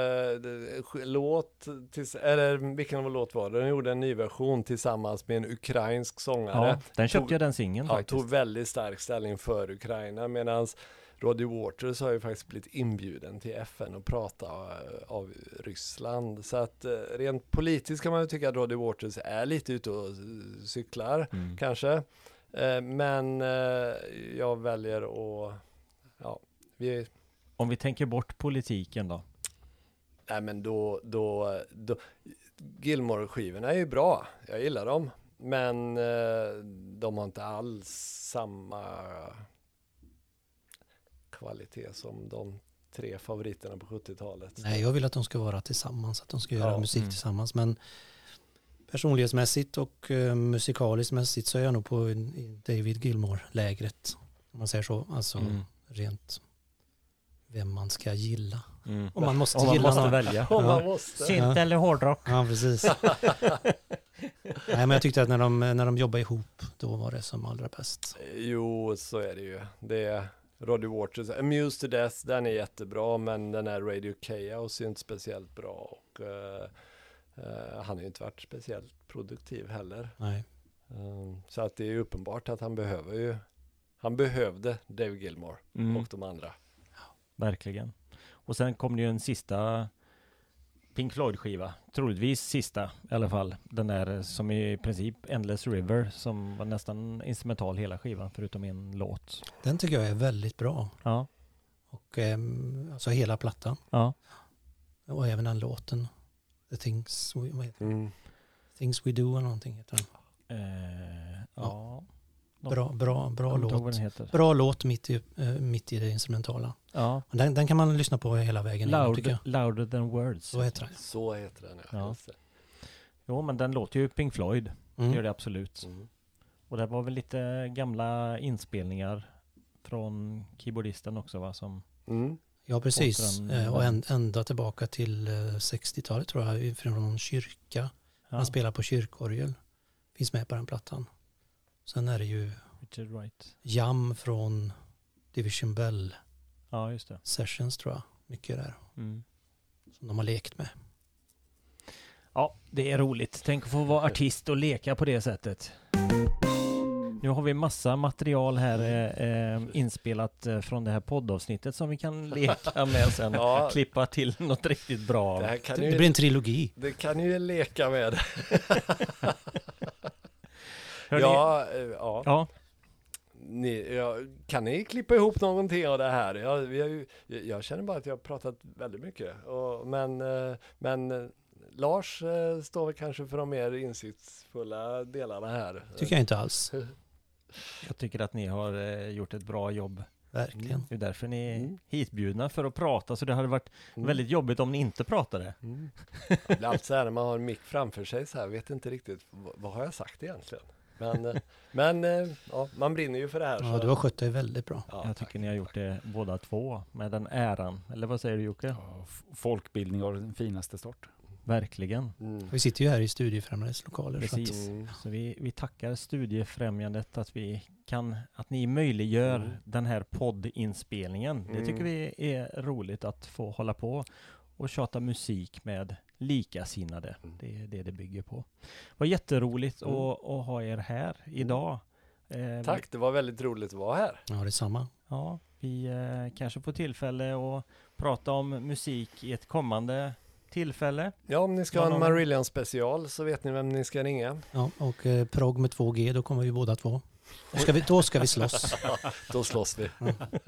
låt, eller vilken låt var det? Den gjorde en ny version tillsammans med en ukrainsk sångare. Ja, den köpte jag den singeln faktiskt. Tog väldigt stark ställning för Ukraina, medan Roger Waters har ju faktiskt blivit inbjuden till FN och prata av Ryssland. Så att rent politiskt kan man ju tycka att Roger Waters är lite ute och cyklar kanske. Men jag väljer att... Ja, om vi tänker bort politiken då? Nej, men då Gilmour-skivorna är ju bra. Jag gillar dem. Men de har inte alls samma kvalitet som de 3 favoriterna på 70-talet. Nej, jag vill att de ska vara tillsammans, att de ska göra musik tillsammans, men personlighetsmässigt och musikaliskt mässigt så är jag nog på David Gilmour-lägret, om man säger så, alltså rent vem man ska gilla. Om man måste välja. Om man måste. Synt eller hårdrock. Ja, precis. Nej, men jag tyckte att när de jobbade ihop, då var det som allra bäst. Jo, så är det ju. Det är Roger Waters. Amused to Death, den är jättebra, men den här Radio Chaos är inte speciellt bra. Och han har ju inte varit speciellt produktiv heller. Nej. Så att det är uppenbart att han behövde David Gilmour och de andra. Verkligen. Och sen kom det ju en sista Pink Floyd-skiva. Troligtvis sista i alla fall. Den där som i princip Endless River som var nästan instrumental hela skivan förutom en låt. Den tycker jag är väldigt bra. Ja. Och alltså hela plattan. Ja. Och även den låten. The Things Things We Do eller någonting heter den. Ja. Bra Vad den låt. heter. Bra låt mitt i det instrumentala. Ja. Den kan man lyssna på hela vägen in, tycker jag. Louder than words. Så heter den. Så heter den, Ja. Just det. Jo, men den låter ju Pink Floyd. Det gör det absolut. Mm. Och det var väl lite gamla inspelningar från keyboardisten också, va? Som Ja, precis. den- Och ända tillbaka till 60-talet tror jag. Från någon kyrka. Han spelar på kyrkorgel. Finns med på den plattan. Sen är det ju Richard Wright. jam från Division Bell Ja, just det. Sessions tror jag. Mycket där. Mm. Som de har lekt med. Ja, det är roligt. Tänk att få vara artist och leka på det sättet. Nu har vi massa material här inspelat från det här poddavsnittet som vi kan leka med sen. Ja. Klippa till något riktigt bra. Det här kan Det blir en trilogi. det kan ni ju leka med. Hörni, Ja. ja. Kan ni klippa ihop någonting av det här? Jag känner bara att jag har pratat väldigt mycket. Men Lars står väl kanske för de mer insiktsfulla delarna här. Tycker jag inte alls. Jag tycker att ni har gjort ett bra jobb. Verkligen. Det är därför ni är hitbjudna för att prata. Så det hade varit väldigt jobbigt om ni inte pratade. Det blir alltid så här när man har en mick framför sig så här, vet inte riktigt vad har jag sagt egentligen. Men ja, man brinner ju för det här. Ja, så. du har skött dig väldigt bra. Ja, Jag tycker ni har gjort det båda två med den äran. Eller vad säger du, Jocke? Ja, folkbildning av den finaste sort. Verkligen. Vi sitter ju här i Studiefrämjandets lokaler. Så Precis. att, Så vi tackar Studiefrämjandet att ni möjliggör den här poddinspelningen. Det tycker vi är roligt att få hålla på och tjata musik med likasinnade. Det är det bygger på. Det var jätteroligt att ha er här idag. Tack, det var väldigt roligt att vara här. ja, det är samma. Ja, vi kanske får tillfälle att prata om musik i ett kommande tillfälle. Ja, om ni ska ha en Marillion special så vet ni vem ni ska ringa. Ja, och prog med 2G, då kommer vi båda två. Då ska vi slåss. Då slåss vi.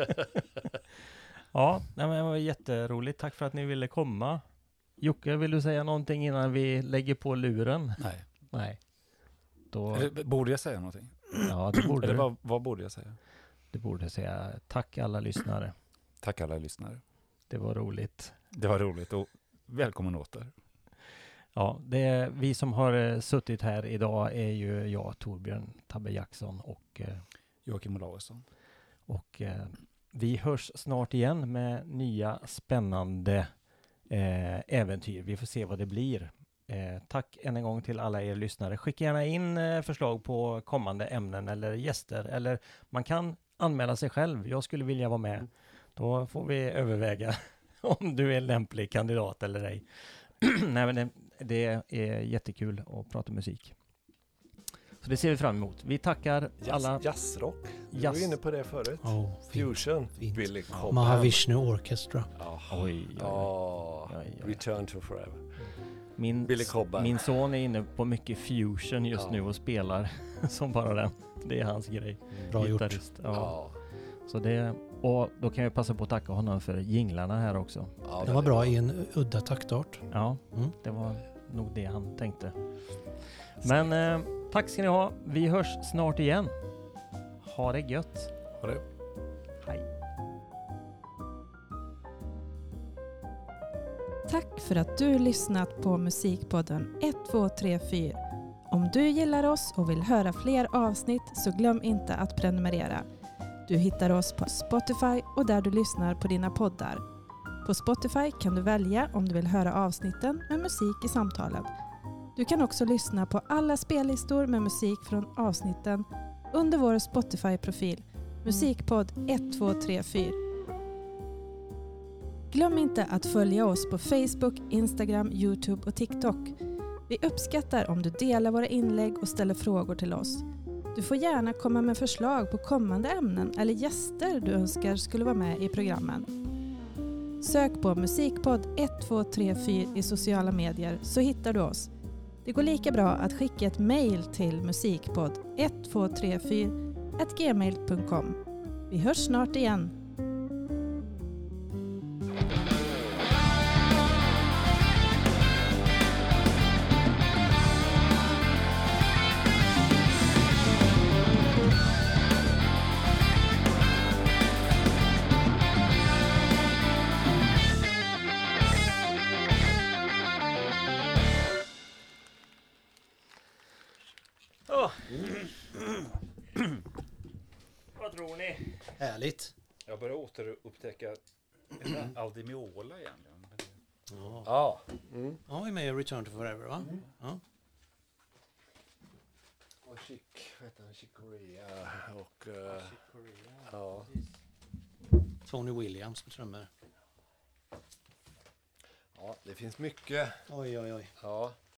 Ja, nej, men det var jätteroligt. Tack för att ni ville komma. Jocke, vill du säga någonting innan vi lägger på luren? Nej. Nej. Då, Borde jag säga någonting? ja, det borde Eller du. vad borde jag säga? Du borde säga tack alla lyssnare. Tack alla lyssnare. Det var roligt. Det var roligt och välkommen åter. Ja, vi som har suttit här idag är ju jag, Torbjörn Tabbe Jackson och Joakim Olausson. Och vi hörs snart igen med nya spännande äventyr. Vi får se vad det blir. Tack än en gång till alla er lyssnare. Skicka gärna in förslag på kommande ämnen eller gäster. Eller man kan anmäla sig själv. Jag skulle vilja vara med. Då får vi överväga om du är en lämplig kandidat eller ej. Nej, men det är jättekul att prata musik. Så det ser vi fram emot. Vi tackar alla. Jazzrock. Du Jazz. var inne på det förut. Oh, Fusion. Fint. Billy Cobham. Mahavishnu Orchestra. Oj. Return to Forever. Billy Billy Cobham. Min son är inne på mycket fusion just nu och spelar som bara den. Det är hans grej. Bra gjort. Gitarrist. Ja. Ja. Så och då kan jag passa på att tacka honom för jinglarna här också. Ja, Det var bra i en udda taktart. Ja, Mm. det var nog det han tänkte. Men tack ska ni ha. Vi hörs snart igen. Ha det gött. Ha det. Hej. Tack för att du lyssnat på Musikpodden 1234. Om du gillar oss och vill höra fler avsnitt så glöm inte att prenumerera. Du hittar oss på Spotify och där du lyssnar på dina poddar. På Spotify kan du välja om du vill höra avsnitten med musik i samtalen. Du kan också lyssna på alla spellistor med musik från avsnitten under vår Spotify-profil Musikpodd 1234. Glöm inte att följa oss på Facebook, Instagram, YouTube och TikTok. Vi uppskattar om du delar våra inlägg och ställer frågor till oss. Du får gärna komma med förslag på kommande ämnen eller gäster du önskar skulle vara med i programmen. Sök på musikpodd 1234 i sociala medier så hittar du oss. Det går lika bra att skicka ett mejl till musikpodd 1234@gmail.com. Vi hörs snart igen. Vad tror ni? Härligt. Jag börjar återupptäcka Aldi Meola igen. Ja, Ja. Mm. ja vi är med i Return to Forever, va? Ja. Och Chick Corea och... ja. Tony Williams på trummor. Ja, det finns mycket. Oj, oj, oj. Ja.